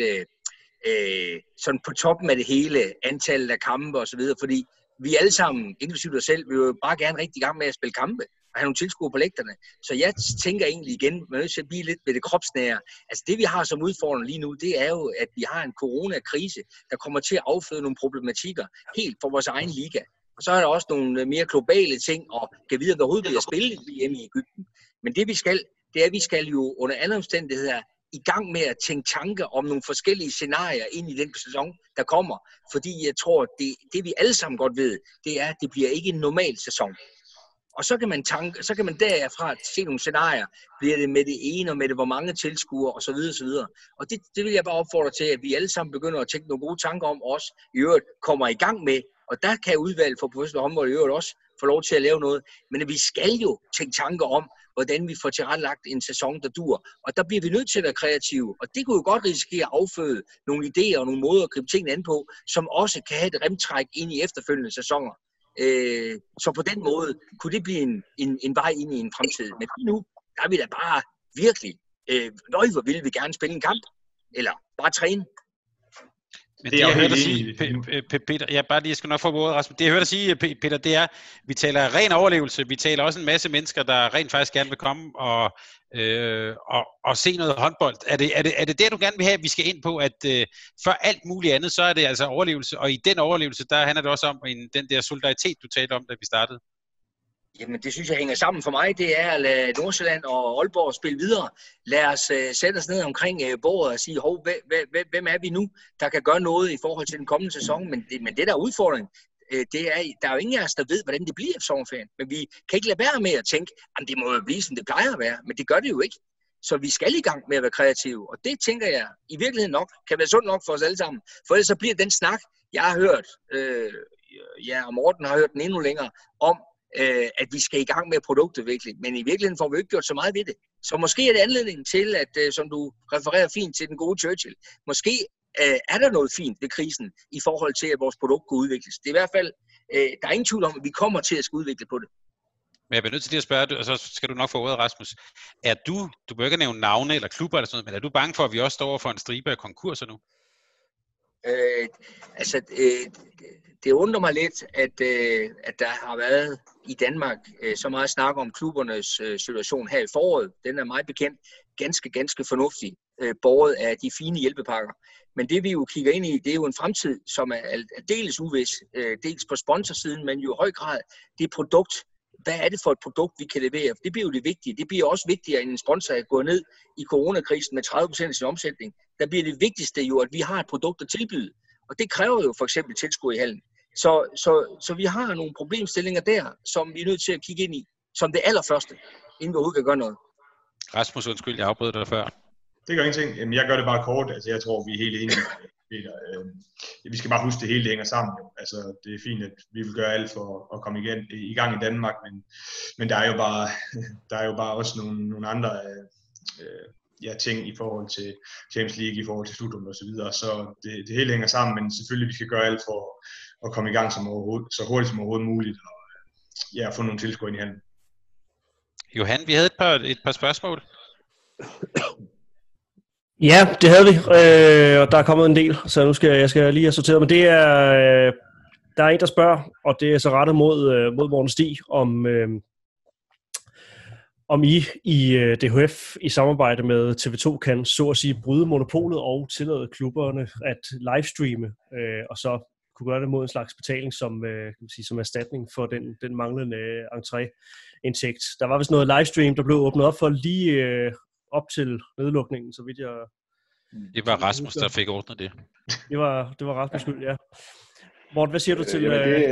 sådan på toppen af det hele, antallet af kampe og så videre, fordi vi alle sammen, inklusive dig selv, vil jo bare gerne rigtig i gang med at spille kampe og have nogle tilskuere på lægterne. Så jeg tænker egentlig igen, man er nødt til at blive lidt ved det kropsnære. Altså det vi har som udfordring lige nu, det er jo, at vi har en coronakrise, der kommer til at afføde nogle problematikker helt for vores egen liga. Og så er der også nogle mere globale ting, og kan vide, at der overhovedet bliver spillet hjemme i Egypten. Men det vi skal, det er, at vi skal jo under alle omstændigheder i gang med at tænke tanker om nogle forskellige scenarier ind i den sæson, der kommer. Fordi jeg tror, det vi alle sammen godt ved, det er, at det bliver ikke en normal sæson. Og så kan man derfra se nogle scenarier. Bliver det med det ene, og med det hvor mange tilskuere, osv. osv. Og det vil jeg bare opfordre til, at vi alle sammen begynder at tænke nogle gode tanker om os, i øvrigt kommer i gang med. Og der kan udvalget for professionel håndbold i øvrigt også få lov til at lave noget. Men vi skal jo tænke tanker om, hvordan vi får tilrettelagt en sæson, der dur. Og der bliver vi nødt til at være kreative. Og det kunne jo godt risikere at afføde nogle idéer og nogle måder at gribe tingene an på, som også kan have et remtræk ind i efterfølgende sæsoner. Så på den måde kunne det blive en vej ind i en fremtid. Men lige nu, der er vi da bare virkelig, hvor vil vi gerne spille en kamp, eller bare træne. Men det jeg hørte dig sige, Peter, jeg skal nok få ordet, Rasmus. Det jeg hørte dig sige, Peter, det er, vi taler ren overlevelse, vi taler også en masse mennesker, der rent faktisk gerne vil komme og se noget håndbold. Er det der, du gerne vil have, at vi skal ind på, at for alt muligt andet, så er det altså overlevelse, og i den overlevelse, der handler det også om den der solidaritet, du talte om, da vi startede? Jamen, det synes jeg hænger sammen for mig. Det er at lade Nordsjælland og Aalborg spille videre. Lad os sætte os ned omkring bordet og sige, hvem er vi nu, der kan gøre noget i forhold til den kommende sæson? Men det der er udfordring, der er jo ingen af os, der ved, hvordan det bliver efter sommerferien. Men vi kan ikke lade være med at tænke, at det må jo blive, som det plejer at være. Men det gør det jo ikke. Så vi skal i gang med at være kreative. Og det tænker jeg i virkeligheden nok kan være sundt nok for os alle sammen. For ellers så bliver den snak, jeg har hørt, og Morten har hørt den endnu længere, om at vi skal i gang med produktudvikling, men i virkeligheden får vi ikke gjort så meget ved det. Så måske er det anledningen til, at som du refererer fint til den gode Churchill, måske er der noget fint ved krisen i forhold til, at vores produkt kan udvikles. Det er i hvert fald, der er ingen tvivl om, at vi kommer til at skulle udvikle på det. Men jeg bliver nødt til at spørge, og så skal du nok få ordet, Rasmus. Er du bør ikke nævne navne eller klubber eller sådan noget, men er du bange for, at vi også står over for en stribe af konkurser nu? Det undrer mig lidt, at der har været i Danmark så meget snak om klubbernes situation her i foråret. Den er meget bekendt, ganske fornuftig, båret af de fine hjælpepakker. Men det vi jo kigger ind i, det er jo en fremtid, som er aldeles uvis, dels på sponsorsiden, men jo i høj grad det produkt. Hvad er det for et produkt, vi kan levere? Det bliver jo det vigtige. Det bliver også vigtigere, end en sponsor er gået ned i coronakrisen med 30% af sin omsætning. Der bliver det vigtigste jo, at vi har et produkt at tilbyde. Og det kræver jo for eksempel tilskud i hallen. Så vi har nogle problemstillinger der, som vi er nødt til at kigge ind i, som det allerførste, inden vi overhovedet kan gøre noget. Rasmus, undskyld, jeg afbrød dig før. Det gør ingenting. Jamen, jeg gør det bare kort. Altså, jeg tror, vi er helt enige. Vi skal bare huske, det hele hænger sammen. Altså, det er fint, at vi vil gøre alt for at komme i gang i Danmark, men der er jo bare også nogle andre ting i forhold til Champions League, i forhold til slutrunden og så videre. Så det hele hænger sammen, men selvfølgelig vi skal gøre alt for at komme i gang så hurtigt som overhovedet muligt, og få nogle tilskud ind i handen. Johan, vi havde et par spørgsmål. Ja, det havde vi, og der er kommet en del, så nu skal jeg lige have sorteret, men det er, der er en, der spørger, og det er så rettet mod Morten Stig, om I DHF i samarbejde med TV2 kan så at sige bryde monopolet og tillade klubberne at livestreame, og så kunne gøre det mod en slags betaling som erstatning for den manglende entréindtægt. Der var vist noget livestream, der blev åbnet op for lige op til nedlukningen, så vidt jeg... Det var Rasmus, der fik ordnet det. Det var Rasmus skyld, ja. Morten, hvad siger du til...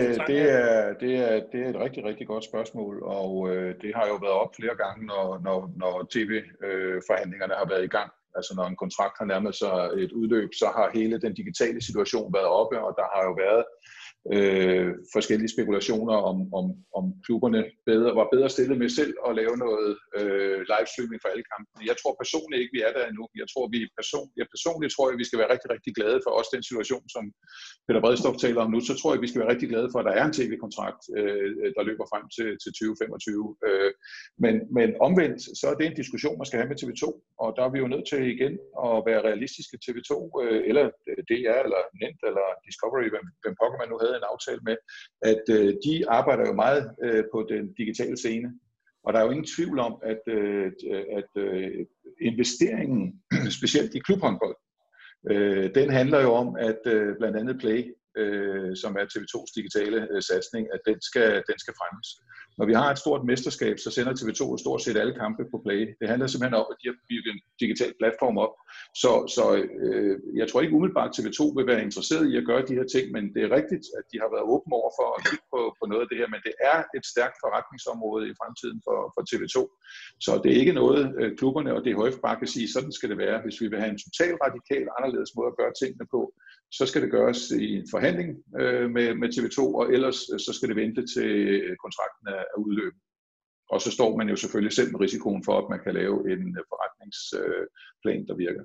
Det er et rigtig, rigtig godt spørgsmål, og det har jo været op flere gange, når tv-forhandlingerne har været i gang. Altså når en kontrakt har nærmet sig et udløb, så har hele den digitale situation været oppe, og der har jo været forskellige spekulationer om klubberne var bedre stillet med selv at lave noget livestreaming for alle kampene. Jeg tror personligt ikke, vi er der endnu. Jeg personligt tror, at vi skal være rigtig, rigtig glade for også den situation, som Peter Bredstof taler om nu. Så tror jeg, at vi skal være rigtig glade for, at der er en tv-kontrakt, der løber frem til 2025. Men omvendt, så er det en diskussion, man skal have med TV2, og der er vi jo nødt til igen at være realistiske. TV2, eller DR, eller Nent, eller Discovery, hvem pokker man nu havde en aftale med, at de arbejder jo meget på den digitale scene. Og der er jo ingen tvivl om, at investeringen, specielt i klubhåndbold, den handler jo om, at blandt andet Play, som er TV2's digitale satsning, at den skal fremmes. Når vi har et stort mesterskab, så sender TV2 stort set alle kampe på Play. Det handler simpelthen om, at de har bygget en digital platform op. Så jeg tror ikke umiddelbart, at TV2 vil være interesseret i at gøre de her ting, men det er rigtigt, at de har været åbne over for at kigge på noget af det her, men det er et stærkt forretningsområde i fremtiden for TV2. Så det er ikke noget, klubberne og DHF bare kan sige, sådan skal det være. Hvis vi vil have en total radikal anderledes måde at gøre tingene på, så skal det gøres i en forhandling med TV2, og ellers så skal det vente til kontrakten er udløbet. Og så står man jo selvfølgelig selv med risikoen for, at man kan lave en forretningsplan, der virker.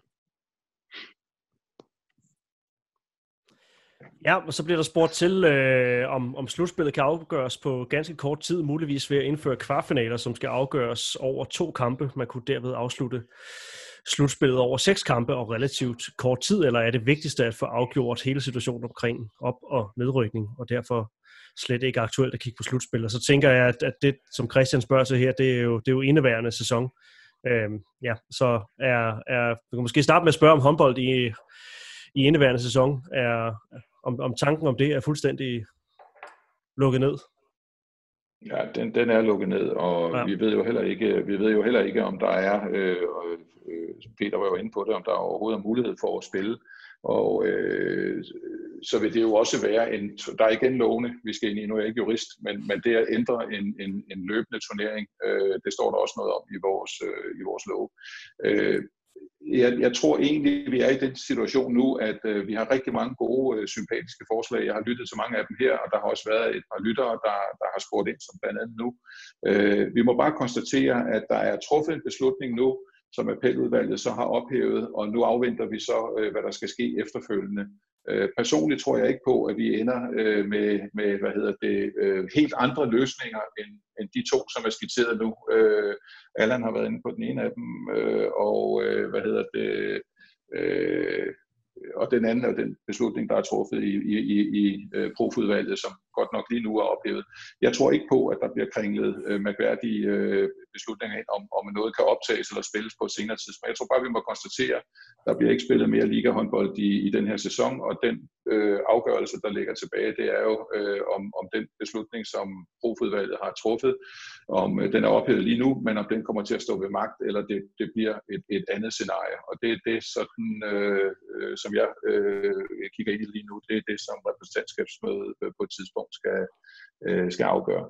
Ja, og så bliver der spurgt til, om slutspillet kan afgøres på ganske kort tid, muligvis ved at indføre kvartfinaler, som skal afgøres over 2 kampe. Man kunne derved afslutte slutspillet over 6 kampe og relativt kort tid, eller er det vigtigste at få afgjort hele situationen omkring op- og nedrykning, og derfor slet ikke aktuelt at kigge på slutspil. Og så tænker jeg, at det, som Christian spørger sig her, det er jo indeværende sæson. Så vi kan måske starte med at spørge om håndbold i indeværende sæson. Om tanken om det er fuldstændig lukket ned. Ja, den er lukket ned, og ja. Vi ved jo heller ikke, om der er, Peter var jo inde på det, om der overhovedet er mulighed for at spille. Og så vil det jo også være der er igen lovende, vi skal ind i, nu er jeg ikke jurist, men det at ændre en løbende turnering, det står der også noget om i vores lov. Jeg tror egentlig, vi er i den situation nu, at vi har rigtig mange gode, sympatiske forslag. Jeg har lyttet til mange af dem her, og der har også været et par lyttere, der har spurgt ind, som blandt andet nu. Vi må bare konstatere, at der er truffet en beslutning nu, som appeludvalget så har ophævet, og nu afventer vi så, hvad der skal ske efterfølgende. Personligt tror jeg ikke på, at vi ender med helt andre løsninger end de 2, som er skitseret nu. Allan har været inde på den ene af dem, og og den anden er den beslutning, der er truffet i profudvalget, som godt nok lige nu er ophævet. Jeg tror ikke på, at der bliver kringlet mærkværdige beslutninger ind, om noget kan optages eller spilles på et senere tidspunkt. Jeg tror bare, vi må konstatere, der bliver ikke spillet mere ligahåndbold i den her sæson, og den afgørelse, der ligger tilbage, det er jo om den beslutning, som profudvalget har truffet, om den er ophævet lige nu, men om den kommer til at stå ved magt, eller det bliver et andet scenarie. Og det er det, sådan, som jeg kigger ind i lige nu, det er det, som repræsentantskabsmødet på et tidspunkt skal afgøre.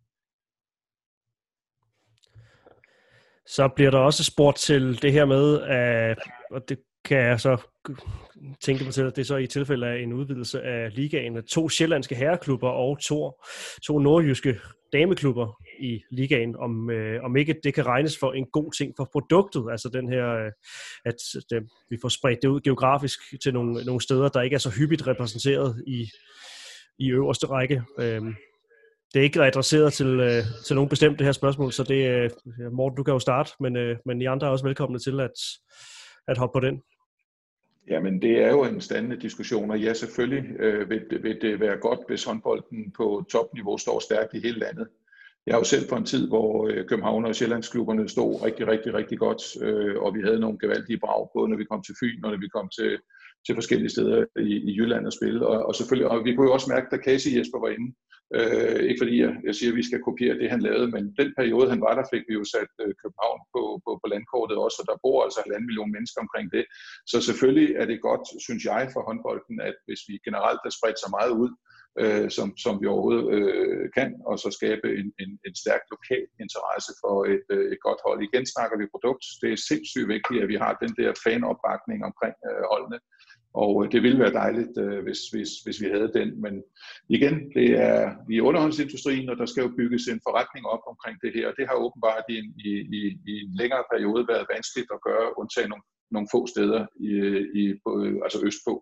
Så bliver der også spurgt til det her med, og det kan jeg så tænke mig til, at det er så i tilfælde af en udvidelse af ligaen, 2 sjællandske herreklubber og 2 nordjyske dameklubber i ligaen, om ikke det kan regnes for en god ting for produktet, altså den her, at vi får spredt det ud geografisk til nogle steder, der ikke er så hyppigt repræsenteret i øverste række. Det er ikke adresseret til nogen bestemt det her spørgsmål, så det Morten, du kan jo starte, men I andre er også velkomne til at hoppe på den. Jamen, det er jo en standende diskussion, og ja, selvfølgelig vil det være godt, hvis håndbolden på topniveau står stærkt i hele landet. Jeg er jo selv på en tid, hvor København og Sjællandsklubberne stod rigtig, rigtig, rigtig godt, og vi havde nogle gevaldige brag, både når vi kom til Fyn, og når vi kom til forskellige steder i Jylland at spille. Og selvfølgelig, og vi kunne jo også mærke, da Casey Jesper var inde, ikke fordi jeg siger, at vi skal kopiere det, han lavede, men den periode, han var der, fik vi jo sat København på landkortet også, og der bor altså 1,5 million mennesker omkring det. Så selvfølgelig er det godt, synes jeg, for håndbolden, at hvis vi generelt har spredt så meget ud, som vi overhovedet kan, og så skabe en stærk lokal interesse for et godt hold. Igen snakker vi produkt. Det er sindssygt vigtigt, at vi har den der fanopbakning omkring holdene. Og det ville være dejligt, hvis vi havde den. Men igen, vi er i underholdsindustrien, og der skal jo bygges en forretning op omkring det her. Og det har åbenbart i en længere periode været vanskeligt at gøre, undtagen nogle få steder, altså østpå.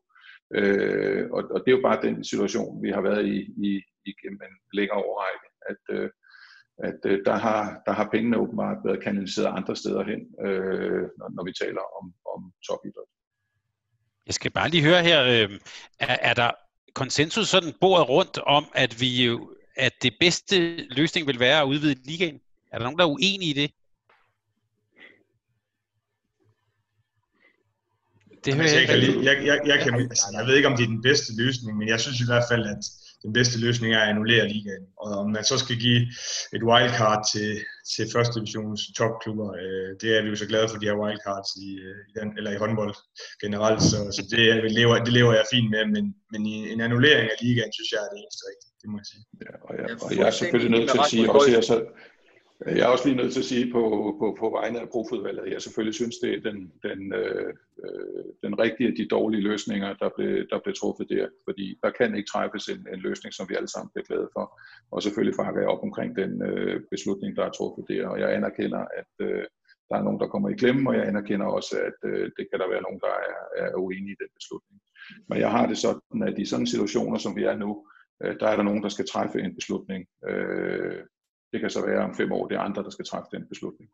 Og det er jo bare den situation, vi har været i gennem en længere årrække, at der har pengene åbenbart været kanaliseret andre steder hen, når vi taler om topidræt. Jeg skal bare lige høre her, er der konsensus sådan bordet rundt om, at det bedste løsning vil være at udvide ligaen? Er der nogen, der er uenige i det? Jeg ved ikke, om det er den bedste løsning, men jeg synes i hvert fald, at den bedste løsning er at annullere ligaen. Og om man så skal give et wildcard til første divisions topklubber, det er vi jo så glade for, de her wildcards i håndbold generelt. Så det lever jeg fint med, men en annullering af ligaen, synes jeg er det eneste rigtige, det må jeg sige. Ja, og jeg er selvfølgelig nødt til at sige også her, så jeg er også lige nødt til at sige på vegne af profudvalget, at jeg selvfølgelig synes, det er den rigtige af de dårlige løsninger, der blev truffet der. Fordi der kan ikke træffes en løsning, som vi alle sammen bliver glade for. Og selvfølgelig fakker jeg op omkring den beslutning, der er truffet der. Og jeg anerkender, at der er nogen, der kommer i klemme, og jeg anerkender også, at det kan der være nogen, der er uenige i den beslutning. Men jeg har det sådan, at i sådan situationer, som vi er nu, der er der nogen, der skal træffe en beslutning. Det kan så være om 5 år, det er andre, der skal træffe den beslutning.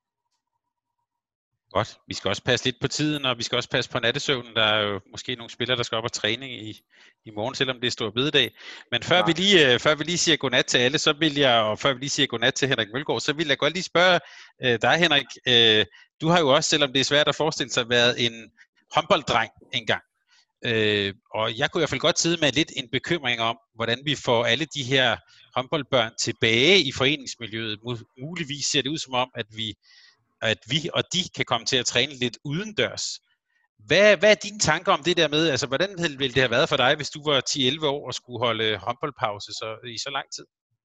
Godt. Vi skal også passe lidt på tiden, og vi skal også passe på nattesøvnen. Der er jo måske nogle spillere, der skal op og træning i morgen, selvom det er stor bededag. Men før vi lige siger godnat til alle, og før vi lige siger godnat til Henrik Mølgaard, så vil jeg godt lige spørge dig, Henrik. Du har jo også, selvom det er svært at forestille sig, været en håndbolddreng engang. Og jeg kunne i hvert fald godt sidde med lidt en bekymring om, hvordan vi får alle de her håndboldbørn tilbage i foreningsmiljøet. Muligvis ser det ud som om, at vi og de kan komme til at træne lidt udendørs. Hvad er dine tanker om det der med? Altså, hvordan ville det have været for dig, hvis du var 10-11 år og skulle holde håndboldpause i så lang tid?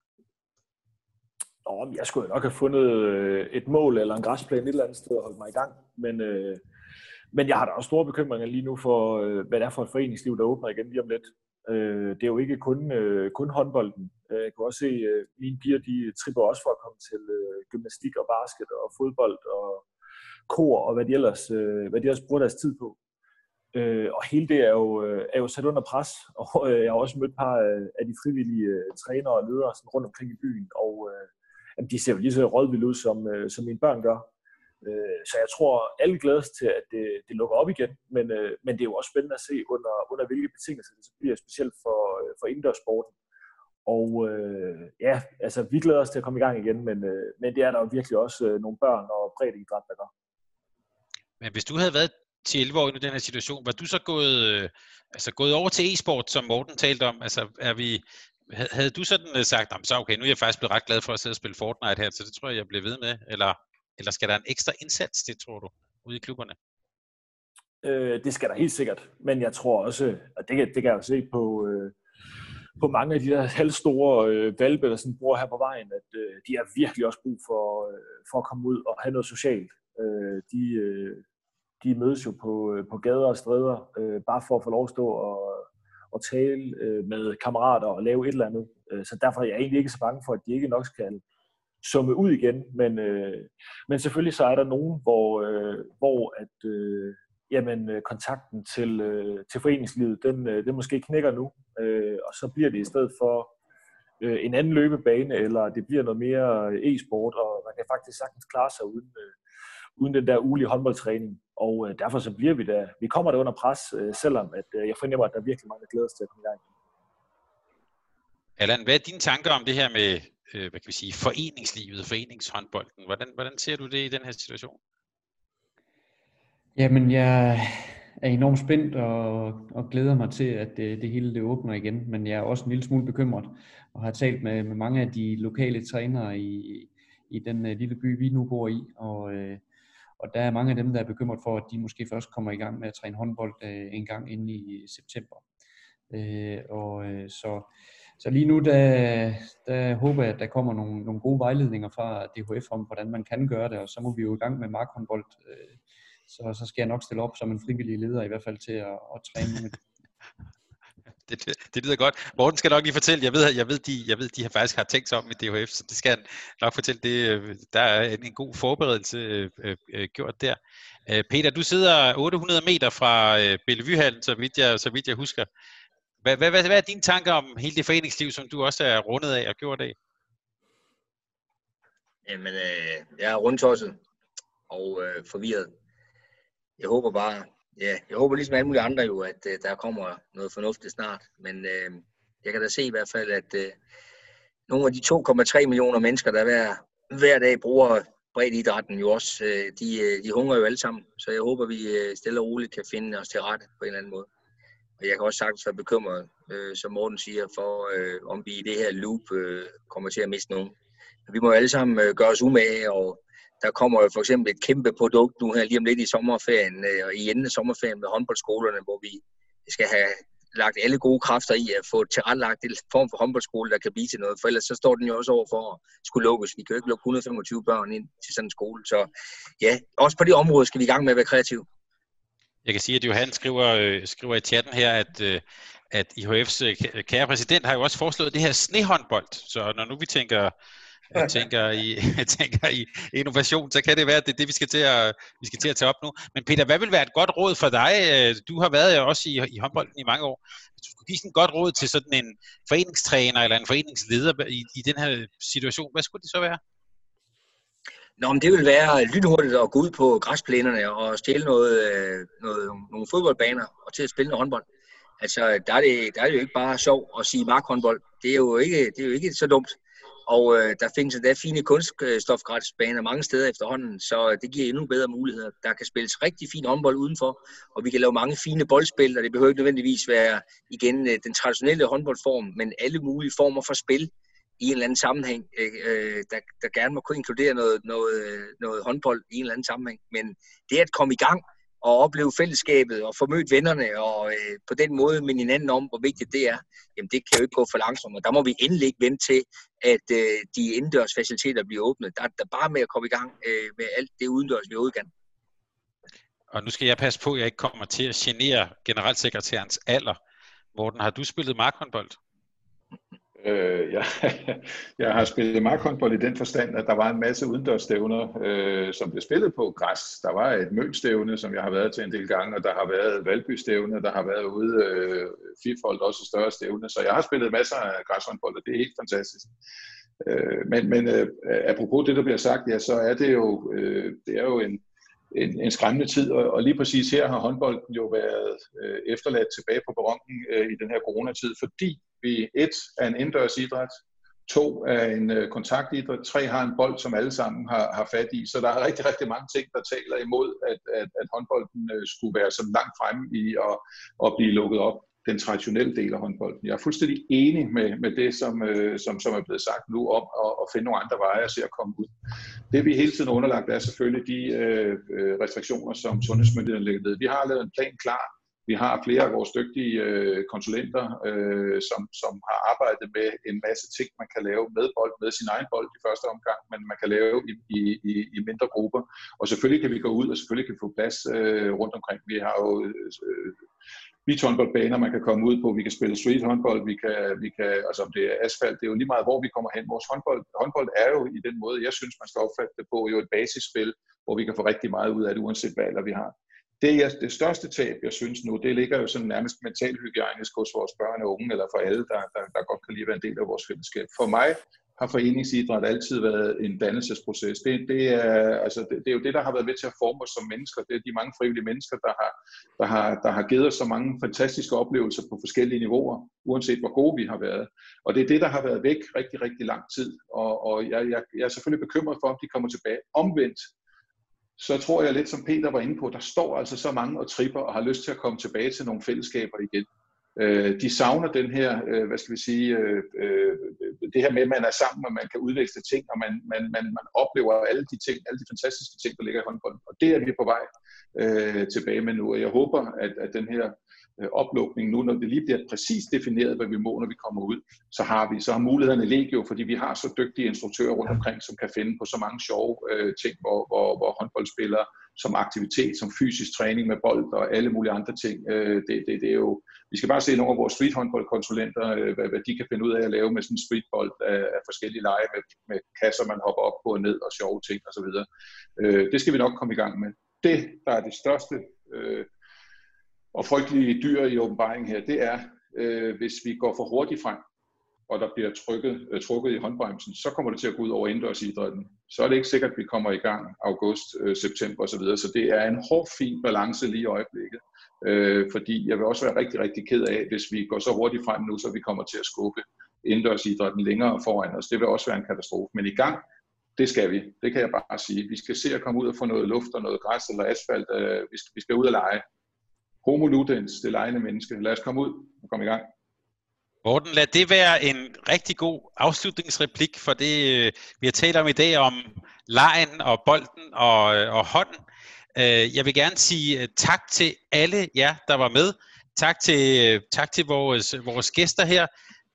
Jeg skulle nok have fundet et mål eller en græsplæne et eller andet sted og holde mig i gang. Men jeg har da også store bekymringer lige nu for, hvad det er for et foreningsliv, der åbner igen lige om lidt. Det er jo ikke kun håndbolden. Jeg kan også se, at mine piger, de tripper også for at komme til gymnastik og basket og fodbold og kor og hvad de ellers bruger deres tid på. Og hele det er jo sat under pres, og jeg har også mødt et par af de frivillige trænere og ledere sådan rundt omkring i byen, og de ser jo lige så rådvilde ud, som mine børn gør. Så jeg tror, alle glæder sig til, at det lukker op igen, men det er jo også spændende at se, under hvilke betingelser det så bliver, specielt for indendørssporten. Og ja, altså vi glæder os til at komme i gang igen, men det er der jo virkelig også nogle børn og breddeidræt, der gør. Men hvis du havde været 10-11 år i den her situation, var du så gået over til e-sport, som Morten talte om? Altså havde du sådan sagt, så okay, nu er jeg faktisk blevet ret glad for at sidde og spille Fortnite her, så det tror jeg bliver ved med, eller skal der en ekstra indsats, det tror du, ude i klubberne? Det skal der helt sikkert, men jeg tror også, og det kan jeg jo se på mange af de der halvstore valpe, der sådan bruger her på vejen, at de har virkelig også brug for at komme ud og have noget socialt. De mødes jo på gader og stræder, bare for at få lov at stå og tale med kammerater og lave et eller andet. Så derfor er jeg egentlig ikke så bange for, at de ikke nok skal summe ud igen. Men selvfølgelig så er der nogen, hvor kontakten til foreningslivet, den måske knækker nu. Og så bliver det i stedet for en anden løbebane, eller det bliver noget mere e-sport, og man kan faktisk sagtens klare sig uden den der ugelige håndboldtræning. Og derfor så bliver vi kommer der under pres, selvom at jeg fornemmer, at der er virkelig mange, der glæder sig til at komme i gang. Allan, hvad er dine tanker om det her med foreningslivet, foreningshåndbolden? Hvordan ser du det i den her situation? Jamen, jeg er enormt spændt og glæder mig til, at det hele det åbner igen. Men jeg er også en lille smule bekymret og har talt med mange af de lokale trænere i den lille by, vi nu bor i. Og der er mange af dem, der er bekymret for, at de måske først kommer i gang med at træne håndbold en gang inde i september. Så lige nu, der håber jeg, at der kommer nogle gode vejledninger fra DHF om, hvordan man kan gøre det. Og så må vi jo i gang med markhåndbold. Så skal jeg nok stille op som en frivillig leder, i hvert fald til at træne med det. Det lyder godt. Morten skal nok lige fortælle, jeg ved, de har faktisk har tænkt sig om i DHF, så det skal han nok fortælle. Der er en god forberedelse gjort der. Peter, du sidder 800 meter fra Bellevuehallen, så vidt jeg husker. Hvad er dine tanker om hele det foreningsliv, som du også er rundet af og gjort af? Jamen, jeg er rundtosset og forvirret. Jeg håber ligesom alle mulige andre jo, at der kommer noget fornuftigt snart. Men jeg kan da se i hvert fald, at nogle af de 2,3 millioner mennesker, der hver dag bruger breddeidrætten jo også, de hungrer jo alle sammen. Så jeg håber, vi stille og roligt kan finde os til rette på en eller anden måde. Og jeg kan også sagtens være bekymret, som Morten siger, for om vi i det her loop kommer til at miste nogen. Vi må jo alle sammen gøre os umage, og der kommer jo for eksempel et kæmpe produkt nu her lige om lidt i sommerferien, og i enden af sommerferien med håndboldskolerne, hvor vi skal have lagt alle gode kræfter i at få tilrettelagt en form for håndboldskole, der kan blive til noget. For ellers så står den jo også over for at skulle lukkes. Vi kan jo ikke lukke 125 børn ind til sådan en skole. Så ja, også på det område skal vi i gang med at være kreative. Jeg kan sige, at Johan skriver i chatten her, at IHF's kære præsident har jo også foreslået det her snehåndbold. Så når nu vi tænker i innovation, så kan det være, at det er det, vi skal til at tage op nu. Men Peter, hvad vil være et godt råd for dig? Du har været også i håndbolden i mange år. Hvis du skulle give sådan et godt råd til sådan en foreningstræner eller en foreningsleder i den her situation, hvad skulle det så være? Nå, men det vil være lynhurtigt at gå ud på græsplænerne og stjæle nogle fodboldbaner og til at spille noget håndbold. Altså, der er det jo ikke bare sjov at sige markhåndbold. Det er jo ikke så dumt. Og der findes endda fine kunststofgræsbaner mange steder efterhånden, så det giver endnu bedre muligheder. Der kan spilles rigtig fin håndbold udenfor, og vi kan lave mange fine boldspil, og det behøver ikke nødvendigvis være igen den traditionelle håndboldform, men alle mulige former for spil i en eller anden sammenhæng, der gerne må kunne inkludere noget håndbold i en eller anden sammenhæng. Men det at komme i gang og opleve fællesskabet og få mødt vennerne og på den måde minde hinanden om, hvor vigtigt det er, jamen det kan jo ikke gå for langsomt. Og der må vi endelig ikke vente til, at de indendørs faciliteter bliver åbnet. Der er bare med at komme i gang med alt det udendørs, vi overhovedet kan. Og nu skal jeg passe på, at jeg ikke kommer til at genere generalsekretærens alder. Morten, har du spillet markhåndbold? Jeg har spillet markhåndbold i den forstand, at der var en masse udendørsstævner, som blev spillet på græs. Der var et mølstævne, som jeg har været til en del gange, og der har været Valby-stævne, der har været ude Fifold, også større stævne. Så jeg har spillet masser af græshåndbold, og det er helt fantastisk. Men apropos det, der bliver sagt, ja, så er det jo en skræmmende tid, og lige præcis her har håndbolden jo været efterladt tilbage på perronen i den her coronatid, fordi vi 1 er en indendørs idræt, 2 er en kontaktidræt, 3 har en bold, som alle sammen har fat i. Så der er rigtig, rigtig mange ting, der taler imod, at håndbolden skulle være så langt fremme i at blive lukket op. Den traditionelle del af håndbolden. Jeg er fuldstændig enig med det, som er blevet sagt nu om at finde nogle andre veje at se at komme ud. Det vi hele tiden underlagt er selvfølgelig de restriktioner, som sundhedsmyndighederne lægger ned. Vi har lavet en plan klar. Vi har flere af vores dygtige konsulenter, som har arbejdet med en masse ting, man kan lave med bold, med sin egen bold i første omgang, men man kan lave i mindre grupper. Og selvfølgelig kan vi gå ud, og selvfølgelig kan vi få plads rundt omkring. Vi har jo beachhåndboldbaner, man kan komme ud på, vi kan spille street håndbold, vi kan, altså om det er asfalt, det er jo lige meget, hvor vi kommer hen. Vores håndbold er jo i den måde, jeg synes, man skal opfatte det på, jo et basisspil, hvor vi kan få rigtig meget ud af det, uanset hvad alder vi har. Det største tab, jeg synes nu, det ligger jo sådan nærmest mentalhygiejnisk hos vores børn og unge, eller for alle, der godt kan lide at være en del af vores fællesskab. For mig har foreningsidræt altid været en dannelsesproces. Det er jo det, der har været med til at forme os som mennesker. Det er de mange frivillige mennesker, der har givet os så mange fantastiske oplevelser på forskellige niveauer, uanset hvor gode vi har været. Og det er det, der har været væk rigtig, rigtig lang tid. Og jeg er selvfølgelig bekymret for, om de kommer tilbage. Omvendt, så tror jeg lidt, som Peter var inde på, der står altså så mange og tripper og har lyst til at komme tilbage til nogle fællesskaber igen. De savner den her, det her med, at man er sammen, og man kan udveksle ting, og man oplever alle de fantastiske ting, der ligger i håndbolden. Og det er vi på vej tilbage med nu, og jeg håber, at den her oplukning nu, når det lige bliver præcis defineret, hvad vi må, når vi kommer ud, så har mulighederne legio, fordi vi har så dygtige instruktører rundt omkring, som kan finde på så mange sjove ting, hvor håndboldspillere som aktivitet, som fysisk træning med bold og alle mulige andre ting. Det er jo, vi skal bare se nogle af vores street-håndboldkonsulenter, hvad de kan finde ud af at lave med sådan en streetbold af forskellige lege med kasser, man hopper op på og ned og sjove ting osv. Det skal vi nok komme i gang med. Det, der er det største og frygtelige dyr i åbenbaringen her, det er, hvis vi går for hurtigt frem, og der bliver trukket i håndbremsen, så kommer det til at gå ud over indendørsidrætten. Så er det ikke sikkert, at vi kommer i gang august, september osv. Så det er en hård, fin balance lige i øjeblikket. Fordi jeg vil også være rigtig, rigtig ked af, hvis vi går så hurtigt frem nu, så vi kommer til at skubbe indendørsidrætten længere foran os. Det vil også være en katastrofe. Men i gang, det skal vi. Det kan jeg bare sige. Vi skal se at komme ud og få noget luft og noget græs eller asfalt. Vi skal ud og lege. Homo ludens, det legende menneske. Lad os komme ud og komme i gang. Morten, lad det være en rigtig god afslutningsreplik for det, vi har talt om i dag, om legen og bolden og hånden. Jeg vil gerne sige tak til alle jer, der var med. Tak til vores gæster her.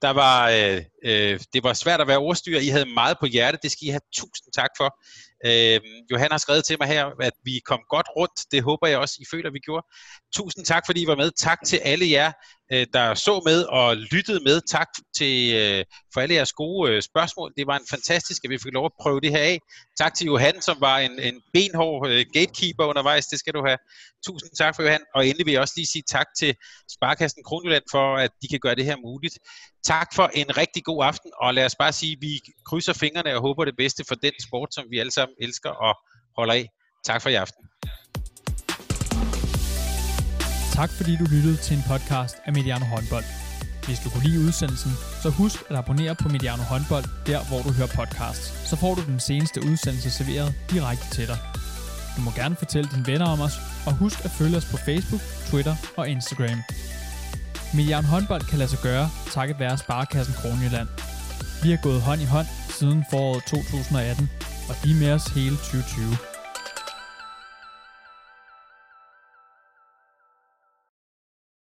Det var svært at være ordstyrer. I havde meget på hjerte. Det skal I have 1000 tak for. Johan har skrevet til mig her, at vi kom godt rundt. Det håber jeg også, I føler, vi gjorde. 1000 tak, fordi I var med. Tak til alle jer, der så med og lyttede med. Tak for alle jeres gode spørgsmål. Det var en fantastisk, at vi fik lov at prøve det her af. Tak til Johan, som var en benhård gatekeeper undervejs. Det skal du have. 1000 tak for Johan. Og endelig vil jeg også lige sige tak til Sparekassen Kronjylland for, at de kan gøre det her muligt. Tak for en rigtig god aften, og lad os bare sige, at vi krydser fingrene og håber det bedste for den sport, som vi alle sammen elsker og holder af. Tak for i aften. Tak fordi du lyttede til en podcast af Mediano Håndbold. Hvis du kunne lide udsendelsen, så husk at abonnere på Mediano Håndbold, der hvor du hører podcasts. Så får du den seneste udsendelse serveret direkte til dig. Du må gerne fortælle dine venner om os, og husk at følge os på Facebook, Twitter og Instagram. Mediano Håndbold kan lade sig gøre, takket være Sparekassen Kronjylland. Vi har gået hånd i hånd siden foråret 2018, og de er med os hele 2020.